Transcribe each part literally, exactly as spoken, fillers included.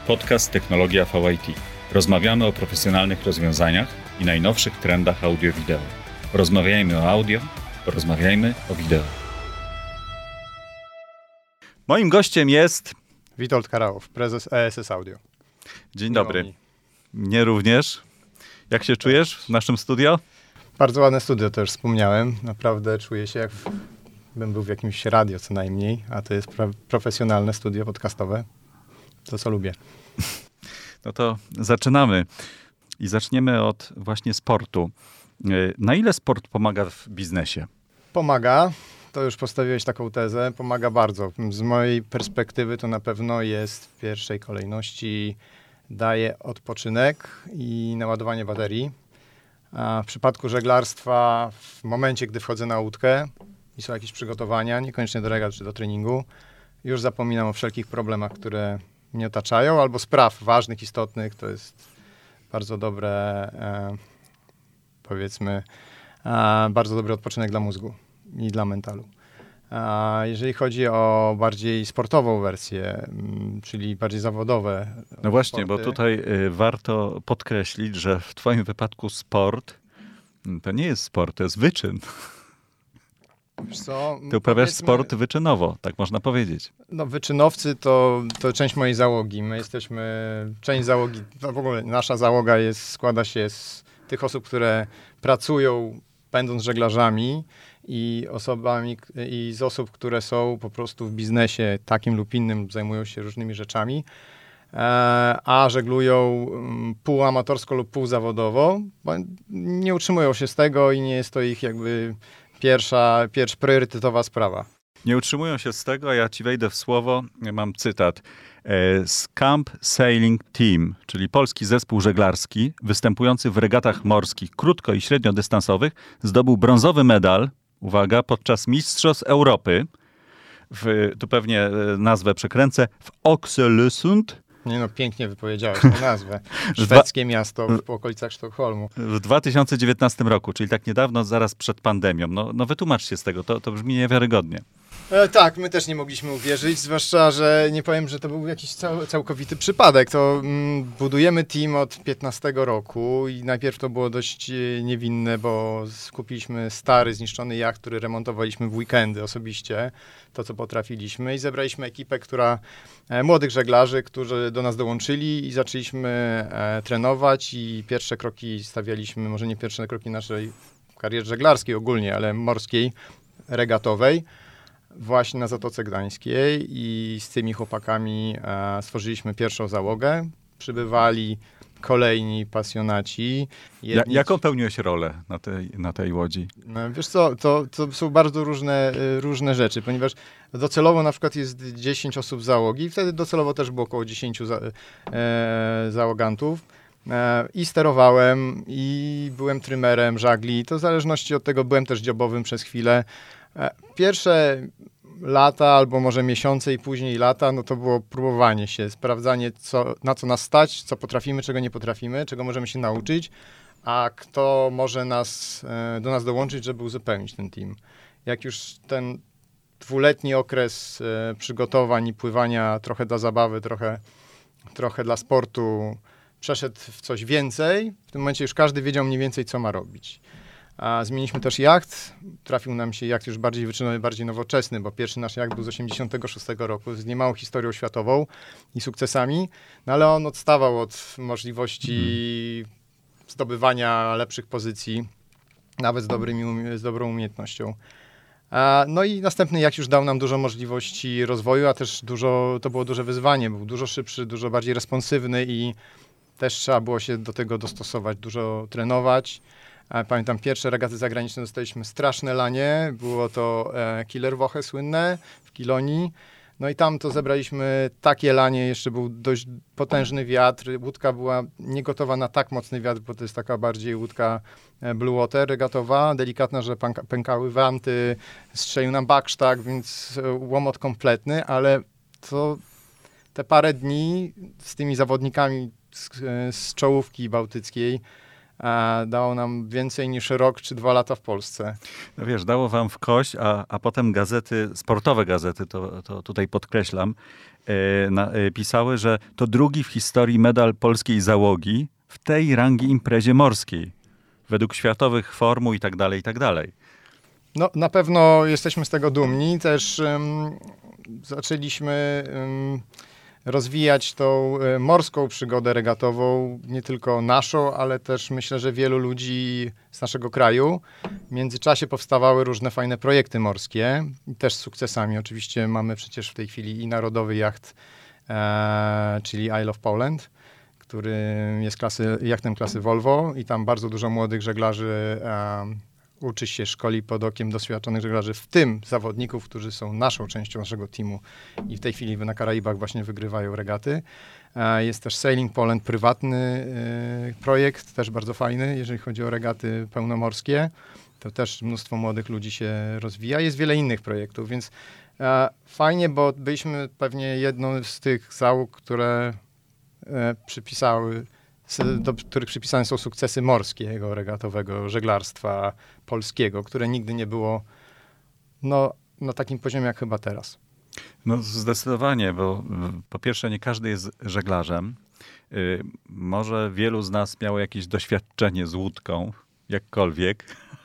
podcast Technologia V I T. Rozmawiamy o profesjonalnych rozwiązaniach i najnowszych trendach audio-wideo. Rozmawiajmy o audio, porozmawiajmy o wideo. Moim gościem jest... Witold Karałow, prezes E S S Audio. Dzień dobry. Mnie również. Jak się czujesz w naszym studio? Bardzo ładne studio, to już wspomniałem. Naprawdę czuję się, jak bym był w jakimś radio co najmniej, a to jest pro- profesjonalne studio podcastowe. To, co lubię. No to zaczynamy. I zaczniemy od właśnie sportu. Na ile sport pomaga w biznesie? Pomaga. To już postawiłeś taką tezę. Pomaga bardzo. Z mojej perspektywy to na pewno jest w pierwszej kolejności daje odpoczynek i naładowanie baterii. A w przypadku żeglarstwa, w momencie, gdy wchodzę na łódkę i są jakieś przygotowania, niekoniecznie do regat czy do treningu, już zapominam o wszelkich problemach, które mnie otaczają, albo spraw ważnych, istotnych. To jest bardzo dobre, e, powiedzmy, e, bardzo dobry odpoczynek dla mózgu i dla mentalu. A jeżeli chodzi o bardziej sportową wersję, m, czyli bardziej zawodowe No właśnie, sporty, bo tutaj y, warto podkreślić, że w twoim wypadku sport to nie jest sport, to jest wyczyn. wiesz co, Ty uprawiasz powiedzmy, sport wyczynowo, tak można powiedzieć. No wyczynowcy to, to część mojej załogi. My jesteśmy, część załogi, no w ogóle nasza załoga jest, składa się z tych osób, które pracują będąc żeglarzami i osobami, i z osób, które są po prostu w biznesie takim lub innym, zajmują się różnymi rzeczami, e, a żeglują um, półamatorsko lub półzawodowo, bo nie utrzymują się z tego i nie jest to ich jakby pierwsza, pierwsza priorytetowa sprawa. Nie utrzymują się z tego, a ja ci wejdę w słowo, mam cytat. Scamp Sailing Team, czyli polski zespół żeglarski występujący w regatach morskich krótko- i średniodystansowych, zdobył brązowy medal, uwaga, podczas Mistrzostw Europy, w, tu pewnie nazwę przekręcę, w Oxelösund. Nie no, pięknie wypowiedziałeś tę nazwę. Szwedzkie miasto w okolicach Sztokholmu. W dwa tysiące dziewiętnastym roku, czyli tak niedawno, zaraz przed pandemią. No, no wytłumacz się z tego, to, to brzmi niewiarygodnie. E, tak, my też nie mogliśmy uwierzyć, zwłaszcza, że nie powiem, że to był jakiś cał, całkowity przypadek. To mm, budujemy team od piętnastego roku i najpierw to było dość e, niewinne, bo skupiliśmy stary, zniszczony jacht, który remontowaliśmy w weekendy osobiście, to co potrafiliśmy i zebraliśmy ekipę, która, e, młodych żeglarzy, którzy do nas dołączyli i zaczęliśmy e, trenować i pierwsze kroki stawialiśmy, może nie pierwsze kroki naszej kariery żeglarskiej ogólnie, ale morskiej, regatowej, właśnie na Zatoce Gdańskiej i z tymi chłopakami e, stworzyliśmy pierwszą załogę. Przybywali kolejni pasjonaci. Ja, jaką pełniłeś rolę na tej, na tej łodzi? No, wiesz co, to, to są bardzo różne, y, różne rzeczy, ponieważ docelowo na przykład jest dziesięć osób załogi i wtedy docelowo też było około dziesięć za, e, załogantów. E, I sterowałem, i byłem trymerem żagli. To w zależności od tego byłem też dziobowym przez chwilę. Pierwsze lata, albo może miesiące i później lata, no to było próbowanie się, sprawdzanie, co, na co nas stać, co potrafimy, czego nie potrafimy, czego możemy się nauczyć, a kto może nas, do nas dołączyć, żeby uzupełnić ten team. Jak już ten dwuletni okres przygotowań i pływania, trochę dla zabawy, trochę, trochę dla sportu, przeszedł w coś więcej, w tym momencie już każdy wiedział mniej więcej, co ma robić. A zmieniliśmy też jacht. Trafił nam się jacht już bardziej wyczynowy, bardziej nowoczesny, bo pierwszy nasz jacht był z osiemdziesiątego szóstego roku, z niemałą historią światową i sukcesami, no ale on odstawał od możliwości mhm. zdobywania lepszych pozycji, nawet z, dobrymi, z dobrą umiejętnością. A, no i następny jacht już dał nam dużo możliwości rozwoju, a też dużo, to było duże wyzwanie. Był dużo szybszy, dużo bardziej responsywny i też trzeba było się do tego dostosować, dużo trenować. Pamiętam, pierwsze regaty zagraniczne dostaliśmy straszne lanie. Było to e, Killerwoche słynne w Kilonii. No i tam to zebraliśmy takie lanie, jeszcze był dość potężny wiatr. Łódka była niegotowa na tak mocny wiatr, bo to jest taka bardziej łódka blue water regatowa, delikatna, że pęka, pękały wanty, strzelił nam baksztak, więc łomot kompletny, ale to te parę dni z tymi zawodnikami z, z czołówki bałtyckiej a dało nam więcej niż rok czy dwa lata w Polsce. No wiesz, dało wam w kość, a, a potem gazety, sportowe gazety, to, to tutaj podkreślam, e, na, e, pisały, że to drugi w historii medal polskiej załogi w tej rangi imprezie morskiej. Według światowych formuł i tak dalej, i tak dalej. No, na pewno jesteśmy z tego dumni. Też um, zaczęliśmy um, rozwijać tą um, morską przygodę regatową, nie tylko naszą, ale też myślę, że wielu ludzi z naszego kraju. W międzyczasie powstawały różne fajne projekty morskie, też z sukcesami. Oczywiście mamy przecież w tej chwili i Narodowy Jacht, e, czyli Isle of Poland, który jest klasy, jachtem klasy Volvo i tam bardzo dużo młodych żeglarzy e, uczy się, szkoli pod okiem doświadczonych żeglarzy, w tym zawodników, którzy są naszą częścią naszego teamu i w tej chwili na Karaibach właśnie wygrywają regaty. E, jest też Sailing Poland, prywatny e, projekt, też bardzo fajny, jeżeli chodzi o regaty pełnomorskie. To też mnóstwo młodych ludzi się rozwija. Jest wiele innych projektów, więc e, fajnie, bo byliśmy pewnie jedną z tych załóg, które e, przypisały, do których przypisane są sukcesy morskiego, regatowego, żeglarstwa polskiego, które nigdy nie było no, na takim poziomie jak chyba teraz. No zdecydowanie, bo po pierwsze nie każdy jest żeglarzem. Yy, może wielu z nas miało jakieś doświadczenie z łódką, jakkolwiek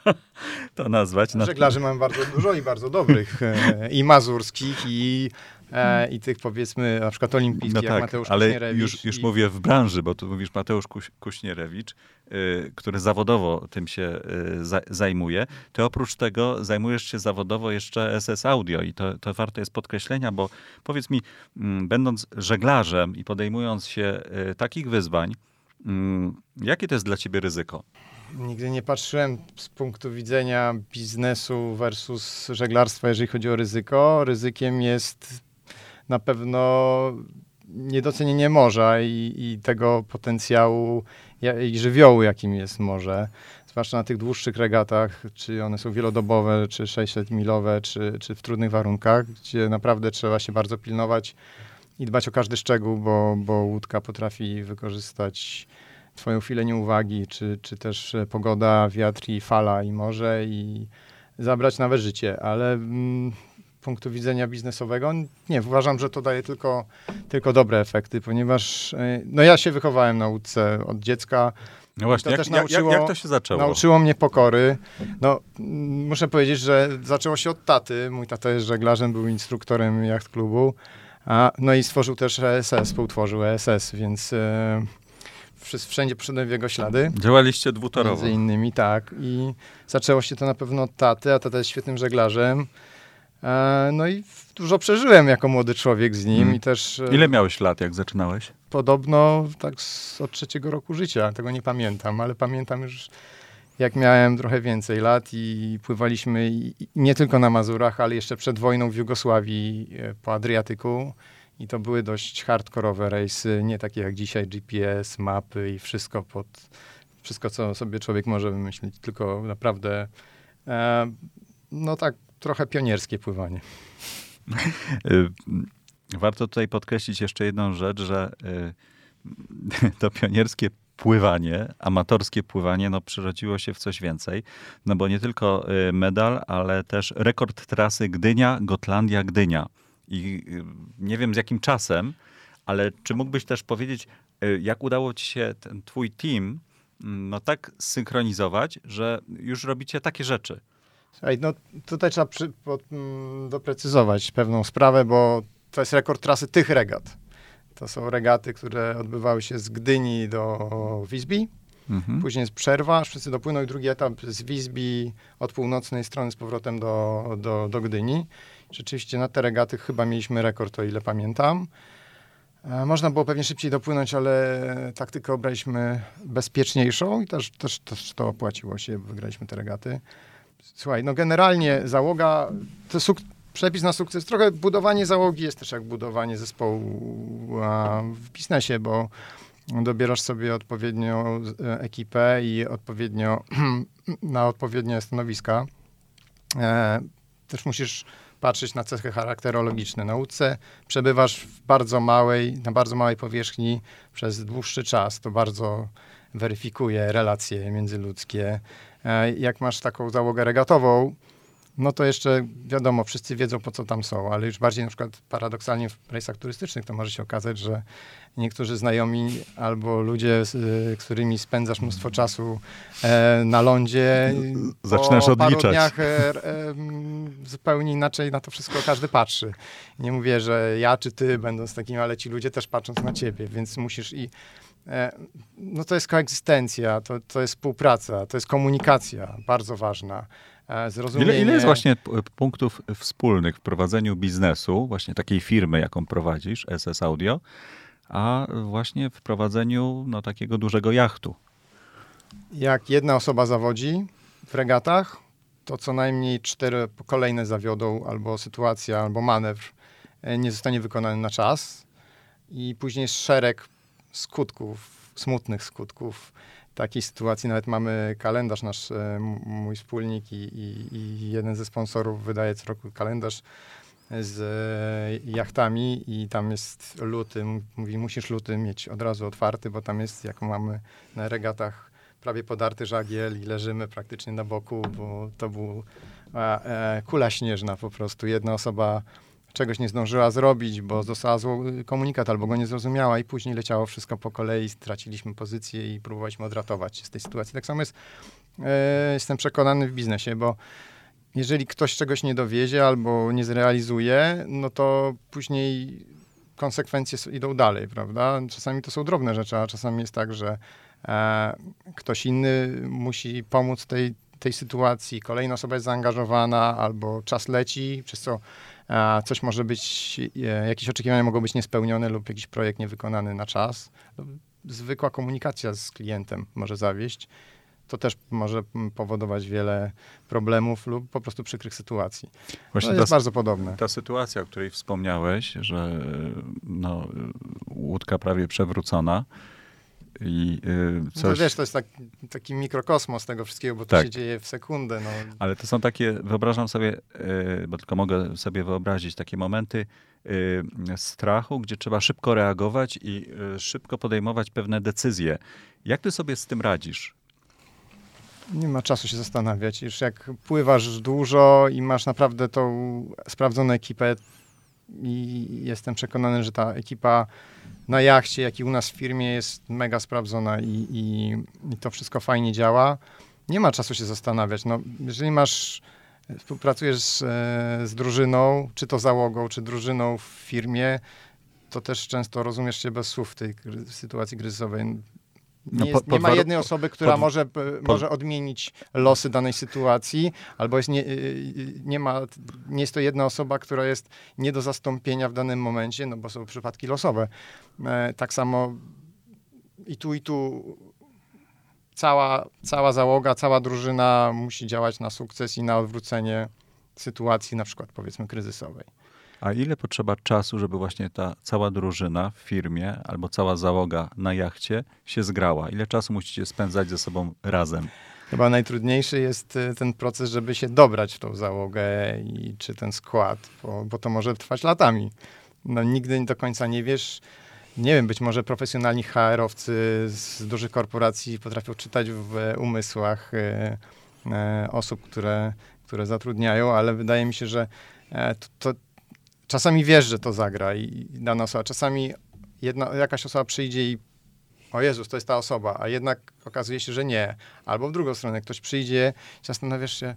to nazwać. Żeglarzy mamy bardzo dużo i bardzo dobrych, e, i mazurskich, i, e, i tych powiedzmy na przykład olimpijskich, no jak tak, Mateusz ale Kuśnierewicz. już, już i... mówię w branży, bo tu mówisz Mateusz Kuś, Kuśnierewicz, y, który zawodowo tym się y, za, zajmuje. Ty oprócz tego zajmujesz się zawodowo jeszcze S S Audio i to, to warto jest podkreślenia, bo powiedz mi, m, będąc żeglarzem i podejmując się y, takich wyzwań, m, jakie to jest dla ciebie ryzyko? Nigdy nie patrzyłem z punktu widzenia biznesu versus żeglarstwa, jeżeli chodzi o ryzyko. Ryzykiem jest na pewno niedocenienie morza i, i tego potencjału i żywiołu, jakim jest morze. Zwłaszcza na tych dłuższych regatach, czy one są wielodobowe, czy sześćsetmilowe, czy, czy w trudnych warunkach, gdzie naprawdę trzeba się bardzo pilnować i dbać o każdy szczegół, bo, bo łódka potrafi wykorzystać twoją chwilę nieuwagi, czy, czy też pogoda, wiatr i fala i morze i zabrać nawet życie, ale mm, z punktu widzenia biznesowego nie, uważam, że to daje tylko, tylko dobre efekty, ponieważ no ja się wychowałem na łódce od dziecka. No właśnie, jak, też jak, nauczyło, jak to się zaczęło? Nauczyło mnie pokory. No, m, muszę powiedzieć, że zaczęło się od taty. Mój tata jest żeglarzem, był instruktorem jacht klubu, a, no i stworzył też E S S, współtworzył E S S, więc e, wszędzie poszedłem w jego ślady. Działaliście dwutorowo. Między innymi, tak. I zaczęło się to na pewno od taty, a tata jest świetnym żeglarzem. E, no i dużo przeżyłem jako młody człowiek z nim Hmm. i też... E, Ile miałeś lat, jak zaczynałeś? Podobno tak z, od trzeciego roku życia. Tego nie pamiętam, ale pamiętam już, jak miałem trochę więcej lat i pływaliśmy i, i nie tylko na Mazurach, ale jeszcze przed wojną w Jugosławii e, po Adriatyku. I to były dość hardkorowe rejsy, nie takie jak dzisiaj, G P S, mapy i wszystko pod, wszystko, co sobie człowiek może wymyślić, tylko naprawdę e, no tak trochę pionierskie pływanie. Warto tutaj podkreślić jeszcze jedną rzecz, że to pionierskie pływanie, amatorskie pływanie, no przerodziło się w coś więcej, no bo nie tylko medal, ale też rekord trasy Gdynia, Gotlandia, Gdynia. I nie wiem z jakim czasem, ale czy mógłbyś też powiedzieć, jak udało ci się ten twój team no tak zsynchronizować, że już robicie takie rzeczy? Słuchaj, no tutaj trzeba przy, pod, m, doprecyzować pewną sprawę, bo to jest rekord trasy tych regat. To są regaty, które odbywały się z Gdyni do Visby. Mhm. Później jest przerwa, aż wszyscy dopłyną i drugi etap z Visby od północnej strony z powrotem do, do, do Gdyni. Rzeczywiście na te regaty chyba mieliśmy rekord, o ile pamiętam. E, można było pewnie szybciej dopłynąć, ale taktykę obraliśmy bezpieczniejszą i też, też, też to opłaciło się, wygraliśmy te regaty. Słuchaj, no generalnie załoga, to suk- przepis na sukces, trochę budowanie załogi jest też jak budowanie zespołu a, w biznesie, bo dobierasz sobie odpowiednią ekipę i odpowiednio na odpowiednie stanowiska. E, też musisz patrzeć na cechy charakterologiczne. Na łódce przebywasz w bardzo małej, na bardzo małej powierzchni przez dłuższy czas. To bardzo weryfikuje relacje międzyludzkie. Jak masz taką załogę regatową, no to jeszcze wiadomo, wszyscy wiedzą, po co tam są, ale już bardziej na przykład paradoksalnie w rejsach turystycznych to może się okazać, że niektórzy znajomi albo ludzie, z którymi spędzasz mnóstwo czasu e, na lądzie, zaczynasz po odliczać. paru dniach e, e, zupełnie inaczej na to wszystko każdy patrzy. Nie mówię, że ja czy ty będąc takim, ale ci ludzie też patrząc na ciebie, więc musisz i e, no to jest koegzystencja, to, to jest współpraca, to jest komunikacja bardzo ważna. Zrozumienie... Ile, ile jest właśnie p- punktów wspólnych w prowadzeniu biznesu, właśnie takiej firmy, jaką prowadzisz, S S Audio, a właśnie w prowadzeniu no, takiego dużego jachtu? Jak jedna osoba zawodzi w regatach, to co najmniej cztery kolejne zawiodą, albo sytuacja, albo manewr nie zostanie wykonany na czas i później jest szereg skutków, smutnych skutków takiej sytuacji. Nawet mamy kalendarz nasz, mój wspólnik i, i, i jeden ze sponsorów wydaje co roku kalendarz z jachtami i tam jest luty. Mówi, musisz luty mieć od razu otwarty, bo tam jest, jak mamy na regatach, prawie podarty żagiel i leżymy praktycznie na boku, bo to był e, kula śnieżna po prostu. Jedna osoba czegoś nie zdążyła zrobić, bo została zły komunikat albo go nie zrozumiała i później leciało wszystko po kolei, straciliśmy pozycję i próbowaliśmy odratować się z tej sytuacji. Tak samo jest, e, jestem przekonany w biznesie, bo jeżeli ktoś czegoś nie dowiezie albo nie zrealizuje, no to później konsekwencje idą dalej, prawda? Czasami to są drobne rzeczy, a czasami jest tak, że e, ktoś inny musi pomóc tej, tej sytuacji, kolejna osoba jest zaangażowana albo czas leci, przez co e, coś może być, e, jakieś oczekiwania mogą być niespełnione lub jakiś projekt niewykonany na czas. Zwykła komunikacja z klientem może zawieść. To też może powodować wiele problemów lub po prostu przykrych sytuacji. Właśnie to jest ta, bardzo podobne. Ta sytuacja, o której wspomniałeś, że no, łódka prawie przewrócona i y, coś... No wiesz, to jest tak, taki mikrokosmos tego wszystkiego, bo to tak. się dzieje w sekundę. No. Ale to są takie, wyobrażam sobie, y, bo tylko mogę sobie wyobrazić takie momenty y, strachu, gdzie trzeba szybko reagować i y, szybko podejmować pewne decyzje. Jak ty sobie z tym radzisz? Nie ma czasu się zastanawiać. Już jak pływasz dużo i masz naprawdę tą sprawdzoną ekipę i jestem przekonany, że ta ekipa na jachcie, jak i u nas w firmie jest mega sprawdzona i, i, i to wszystko fajnie działa. Nie ma czasu się zastanawiać. No, jeżeli masz, współpracujesz z, z drużyną, czy to załogą, czy drużyną w firmie, to też często rozumiesz się bez słów w tej sytuacji kryzysowej. Nie, jest, no, nie ma jednej osoby, która pod, może, pod, może odmienić losy danej sytuacji, albo jest nie, nie, ma, nie jest to jedna osoba, która jest nie do zastąpienia w danym momencie, no bo są przypadki losowe. E, tak samo i tu, i tu cała, cała załoga, cała drużyna musi działać na sukces i na odwrócenie sytuacji, na przykład powiedzmy kryzysowej. A ile potrzeba czasu, żeby właśnie ta cała drużyna w firmie albo cała załoga na jachcie się zgrała? Ile czasu musicie spędzać ze sobą razem? Chyba najtrudniejszy jest ten proces, żeby się dobrać w tą załogę i czy ten skład, bo, bo to może trwać latami. No, nigdy do końca nie wiesz. Nie wiem, być może profesjonalni H R-owcy z dużych korporacji potrafią czytać w umysłach e, e, osób, które, które zatrudniają, ale wydaje mi się, że e, to, to czasami wiesz, że to zagra i dana osoba. Czasami jedna, jakaś osoba przyjdzie i o Jezus, to jest ta osoba, a jednak okazuje się, że nie. Albo w drugą stronę, ktoś przyjdzie i zastanawiasz się,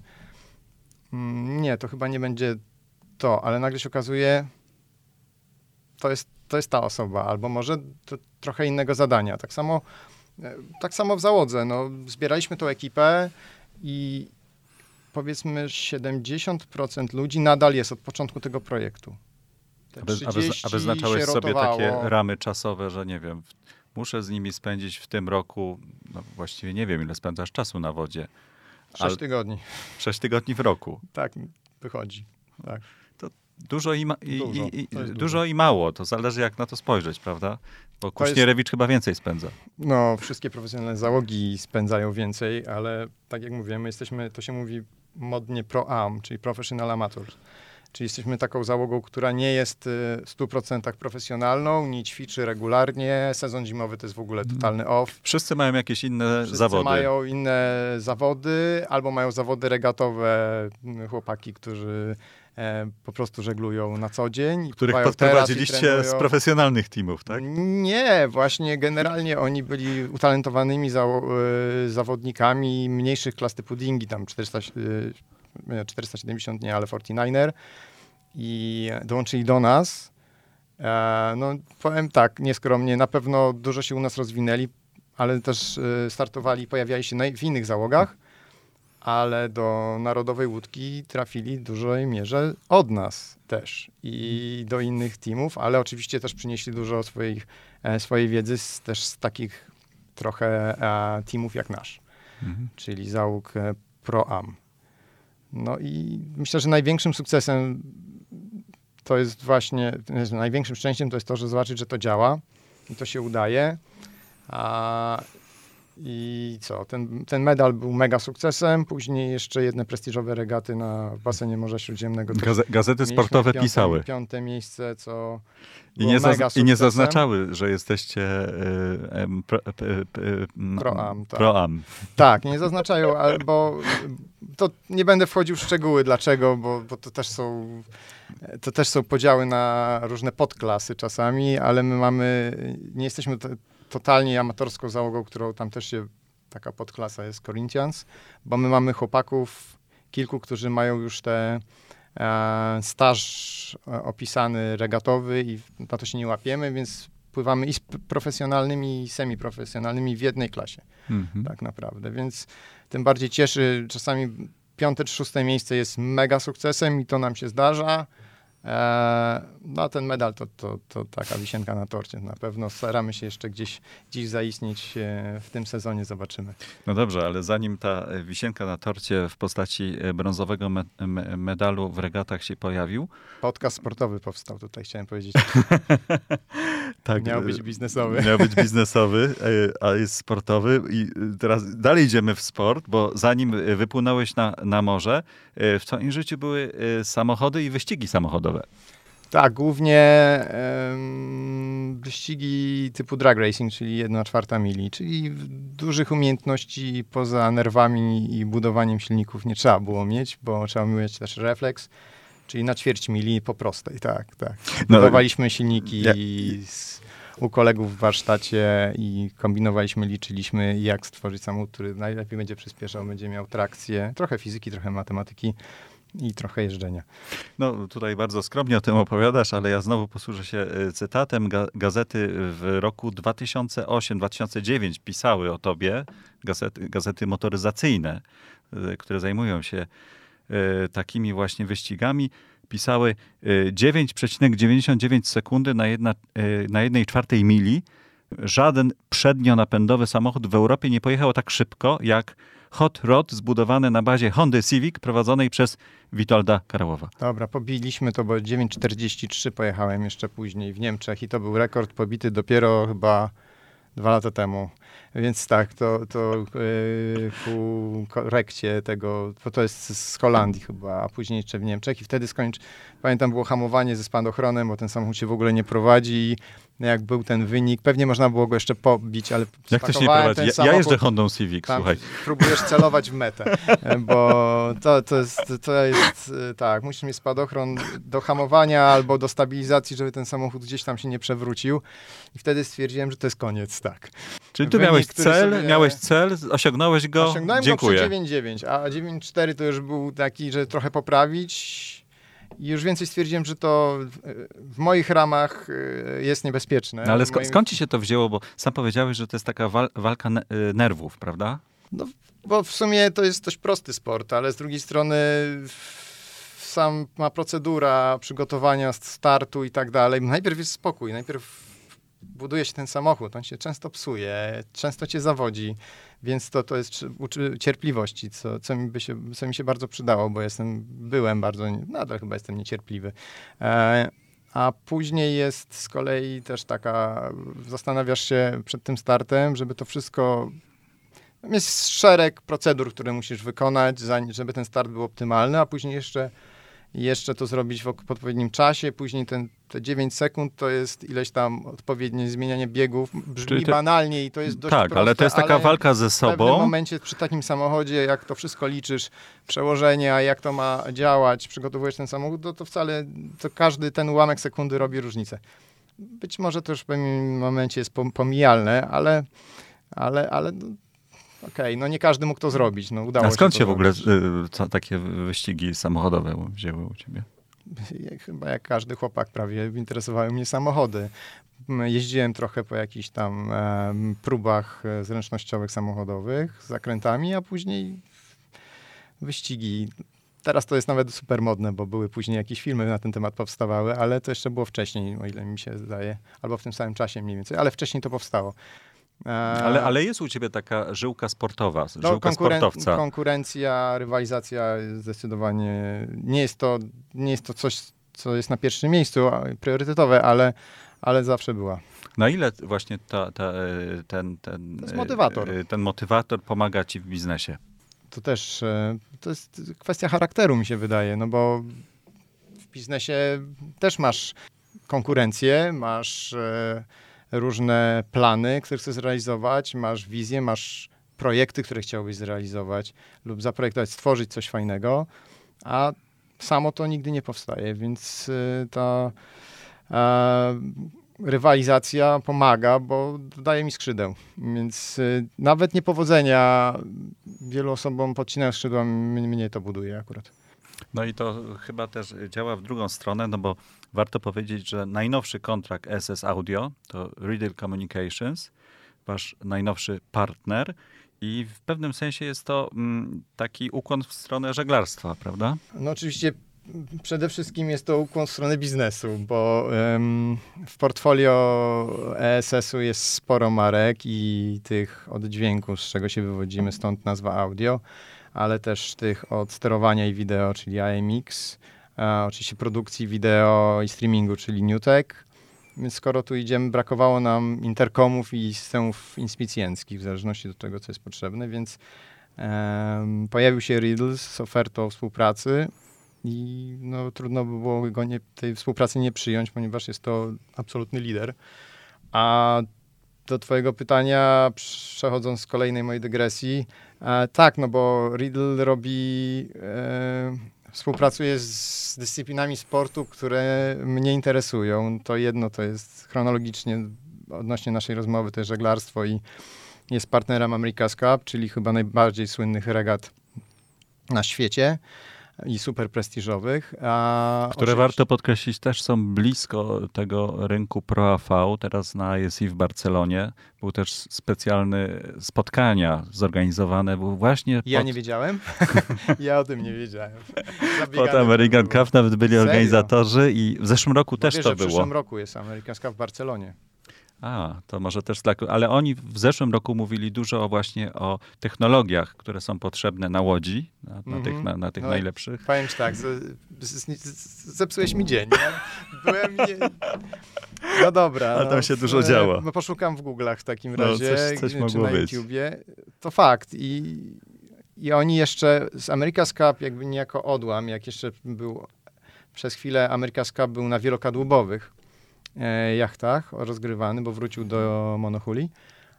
mm, nie, to chyba nie będzie to, ale nagle się okazuje, to jest, to jest ta osoba, albo może to trochę innego zadania. Tak samo, tak samo w załodze. No, zbieraliśmy tą ekipę i powiedzmy siedemdziesiąt procent ludzi nadal jest od początku tego projektu. A, wy, a, wy, a wyznaczałeś sobie rotowało. takie ramy czasowe, że nie wiem, muszę z nimi spędzić w tym roku, no właściwie nie wiem, ile spędzasz czasu na wodzie. Sześć tygodni. Sześć tygodni w roku. Tak, wychodzi. Tak. To dużo i, ma, i, dużo, i, i, dużo. dużo i mało, to zależy jak na to spojrzeć, prawda? Bo Kusznierewicz jest, chyba więcej spędza. No, wszystkie profesjonalne załogi spędzają więcej, ale tak jak mówiłem, my jesteśmy, to się mówi modnie pro-am, czyli professional amateurs. Czyli jesteśmy taką załogą, która nie jest w stu procentach profesjonalną, nie ćwiczy regularnie. Sezon zimowy to jest w ogóle totalny off. Wszyscy mają jakieś inne Wszyscy zawody. mają inne zawody, albo mają zawody regatowe, chłopaki, którzy e, po prostu żeglują na co dzień. Których podprowadziliście z profesjonalnych teamów, tak? Nie, właśnie generalnie oni byli utalentowanymi zało- y, zawodnikami mniejszych klas typu dingi, tam czterysta, y, czterysta siedemdziesiąt nie, ale czterdzieści dziewięć i dołączyli do nas. E, no powiem tak, nieskromnie, na pewno dużo się u nas rozwinęli, ale też y, startowali, pojawiali się na, w innych załogach, ale do Narodowej Łódki trafili w dużej mierze od nas też i do innych teamów, ale oczywiście też przynieśli dużo swoich, e, swojej wiedzy z, też z takich trochę e, teamów jak nasz, mhm. czyli załóg e, Pro-Am. No i myślę, że największym sukcesem to jest właśnie, największym szczęściem to jest to, że zobaczyć, że to działa i to się udaje. A I co? Ten, ten medal był mega sukcesem. Później jeszcze jedne prestiżowe regaty na basenie Morza Śródziemnego. Gaze- gazety sportowe piąte, pisały. Piąte miejsce, co I nie, zaz- I nie zaznaczały, że jesteście y, y, pro, y, y, Pro-Am. Tak. Pro-Am. Tak, nie zaznaczają, bo to nie będę wchodził w szczegóły, dlaczego, bo, bo to też są to też są podziały na różne podklasy czasami, ale my mamy, nie jesteśmy t- totalnie amatorską załogą, którą tam też się, taka podklasa jest Corinthians, bo my mamy chłopaków, kilku, którzy mają już te e, staż opisany regatowy i na to się nie łapiemy, więc pływamy i z profesjonalnymi, i semiprofesjonalnymi w jednej klasie, mhm. tak naprawdę, więc tym bardziej cieszy, czasami piąte czy szóste miejsce jest mega sukcesem i to nam się zdarza. Eee, no a ten medal to, to, to taka wisienka na torcie. Na pewno staramy się jeszcze gdzieś, gdzieś zaistnieć e, w tym sezonie, zobaczymy. No dobrze, ale zanim ta wisienka na torcie w postaci brązowego me- me- medalu w regatach się pojawił. Podcast sportowy powstał tutaj, chciałem powiedzieć. Tak, miał być biznesowy. Miał być biznesowy, a jest sportowy. I teraz dalej idziemy w sport, bo zanim wypłynąłeś na, na morze, w twoim życiu były samochody i wyścigi samochodowe. Tak, głównie um, wyścigi typu drag racing, czyli jedna czwarta mili, czyli dużych umiejętności poza nerwami i budowaniem silników nie trzeba było mieć, bo trzeba mieć też refleks, czyli na ćwierć mili po prostej, tak, tak. Budowaliśmy no, silniki ja. z, u kolegów w warsztacie i kombinowaliśmy, liczyliśmy, jak stworzyć samochód, który najlepiej będzie przyspieszał, będzie miał trakcję, trochę fizyki, trochę matematyki i trochę jeżdżenia. No tutaj bardzo skromnie o tym opowiadasz, ale ja znowu posłużę się cytatem. Ga- gazety w roku dwa tysiące ósmym dwa tysiące dziewiątym pisały o tobie, gazety, gazety motoryzacyjne, które zajmują się e, takimi właśnie wyścigami, pisały e, dziewięć przecinek dziewięćdziesiąt dziewięć sekundy na, jedna, e, na jednej czwartej mili. Żaden przednionapędowy samochód w Europie nie pojechał tak szybko jak Hot Rod zbudowany na bazie Hondy Civic prowadzonej przez Witolda Karałowa. Dobra, pobiliśmy to, bo dziewięć czterdzieści trzy pojechałem jeszcze później w Niemczech i to był rekord pobity dopiero chyba dwa lata temu. Więc tak, to, to yy, ku korekcie tego, bo to jest z Holandii chyba, a później jeszcze w Niemczech i wtedy skończ, pamiętam, było hamowanie ze spadochronem, bo ten samochód się w ogóle nie prowadzi. Jak był ten wynik, pewnie można było go jeszcze pobić, ale jak to się nie prowadzi? Ja, ja jeżdżę Hondą Civic, słuchaj. Próbujesz celować w metę, bo to, to, jest, to jest tak, musisz mieć spadochron do hamowania albo do stabilizacji, żeby ten samochód gdzieś tam się nie przewrócił i wtedy stwierdziłem, że to jest koniec, tak. Czyli ty wynik, miałeś cel, sobie... miałeś cel, osiągnąłeś go, Osiągnąłem dziękuję. go przy dziewięć dziewięć, a dziewięć cztery to już był taki, że trochę poprawić. I już więcej stwierdziłem, że to w moich ramach jest niebezpieczne. No ale sk- moim... skąd ci się to wzięło? Bo sam powiedziałeś, że to jest taka wal- walka ne- nerwów, prawda? No, bo w sumie to jest dość prosty sport, ale z drugiej strony sama procedura przygotowania startu i tak dalej. Najpierw jest spokój, najpierw buduje się ten samochód, on się często psuje, często cię zawodzi, więc to, to jest uczy cierpliwości, co, co, mi by się, co mi się bardzo przydało, bo jestem, byłem bardzo, nadal chyba jestem niecierpliwy. E, a później jest z kolei też taka, zastanawiasz się przed tym startem, żeby to wszystko, jest szereg procedur, które musisz wykonać, żeby ten start był optymalny, a później jeszcze i jeszcze to zrobić w odpowiednim czasie, później ten, te dziewięć sekund to jest ileś tam odpowiednie zmienianie biegów, brzmi te... banalnie i to jest dość Tak, proste, ale to jest taka walka ze sobą. W pewnym momencie przy takim samochodzie, jak to wszystko liczysz, przełożenia, jak to ma działać, przygotowujesz ten samochód, to, to wcale, to każdy ten ułamek sekundy robi różnicę. Być może to już w pewnym momencie jest pomijalne, ale, ale, ale no, okej, okay, no nie każdy mógł to zrobić. No, udało A skąd się, się w ogóle y, co, takie wyścigi samochodowe wzięły u ciebie? Chyba jak każdy chłopak prawie interesowały mnie samochody. Jeździłem trochę po jakichś tam e, próbach zręcznościowych samochodowych z zakrętami, a później wyścigi. Teraz to jest nawet super modne, bo były później jakieś filmy na ten temat powstawały, ale to jeszcze było wcześniej, o ile mi się zdaje, albo w tym samym czasie mniej więcej, ale wcześniej to powstało. Ale, ale jest u ciebie taka żyłka sportowa, no, żyłka konkuren- sportowca. Konkurencja, rywalizacja zdecydowanie nie jest to, nie jest to coś, co jest na pierwszym miejscu, priorytetowe, ale, ale zawsze była. Na ile właśnie ta, ta, ten, ten, to jest motywator. ten motywator pomaga ci w biznesie? To też, to jest kwestia charakteru, mi się wydaje, no bo w biznesie też masz konkurencję, masz różne plany, które chcesz zrealizować, masz wizję, masz projekty, które chciałbyś zrealizować lub zaprojektować, stworzyć coś fajnego, a samo to nigdy nie powstaje, więc ta e, rywalizacja pomaga, bo daje mi skrzydeł, więc nawet niepowodzenia wielu osobom podcinają skrzydła, mnie to buduje akurat. No i to chyba też działa w drugą stronę, no bo warto powiedzieć, że najnowszy kontrakt S S Audio to Riddle Communications, wasz najnowszy partner i w pewnym sensie jest to mm, taki ukłon w stronę żeglarstwa, prawda? No oczywiście przede wszystkim jest to ukłon w stronę biznesu, bo ym, w portfolio E S S-u jest sporo marek i tych od dźwięku, z czego się wywodzimy, stąd nazwa audio, ale też tych od sterowania i wideo, czyli A M X, a oczywiście produkcji wideo i streamingu, czyli NewTek. Więc skoro tu idziemy, brakowało nam interkomów i systemów inspicjenckich, w zależności od tego, co jest potrzebne, więc um, pojawił się Riddle z ofertą współpracy i no, trudno by było go nie, tej współpracy nie przyjąć, ponieważ jest to absolutny lider. A do twojego pytania, przechodząc z kolejnej mojej dygresji, e, tak, no bo Riddle robi, e, współpracuje z dyscyplinami sportu, które mnie interesują. To jedno to jest chronologicznie odnośnie naszej rozmowy, to jest żeglarstwo i jest partnerem America's Cup, czyli chyba najbardziej słynnych regat na świecie i super prestiżowych. A które oczywiście... warto podkreślić, też są blisko tego rynku Pro A V, teraz na I S I w Barcelonie. Był też specjalne spotkania zorganizowane, był właśnie Ja pod... nie wiedziałem. Ja o tym nie wiedziałem. Pod American Cup nawet byli Serio? organizatorzy i w zeszłym roku no też wiesz, to że było. W przyszłym roku jest America's Cup w Barcelonie. A, to może też dla... Ale oni w zeszłym roku mówili dużo właśnie o technologiach, które są potrzebne na łodzi, na, na mm-hmm. tych, na, na tych no, najlepszych. Powiem ci tak, z, z, z, zepsułeś mi dzień. Ja byłem... Nie... No dobra. A tam no, się dużo działo. No, poszukam w Google'ach w takim no, razie, coś, coś czy mogło na być. YouTubie. To fakt. I, I oni jeszcze z America's Cup jakby niejako odłam, jak jeszcze był przez chwilę America's Cup był na wielokadłubowych jachtach rozgrywany, bo wrócił do monohuli.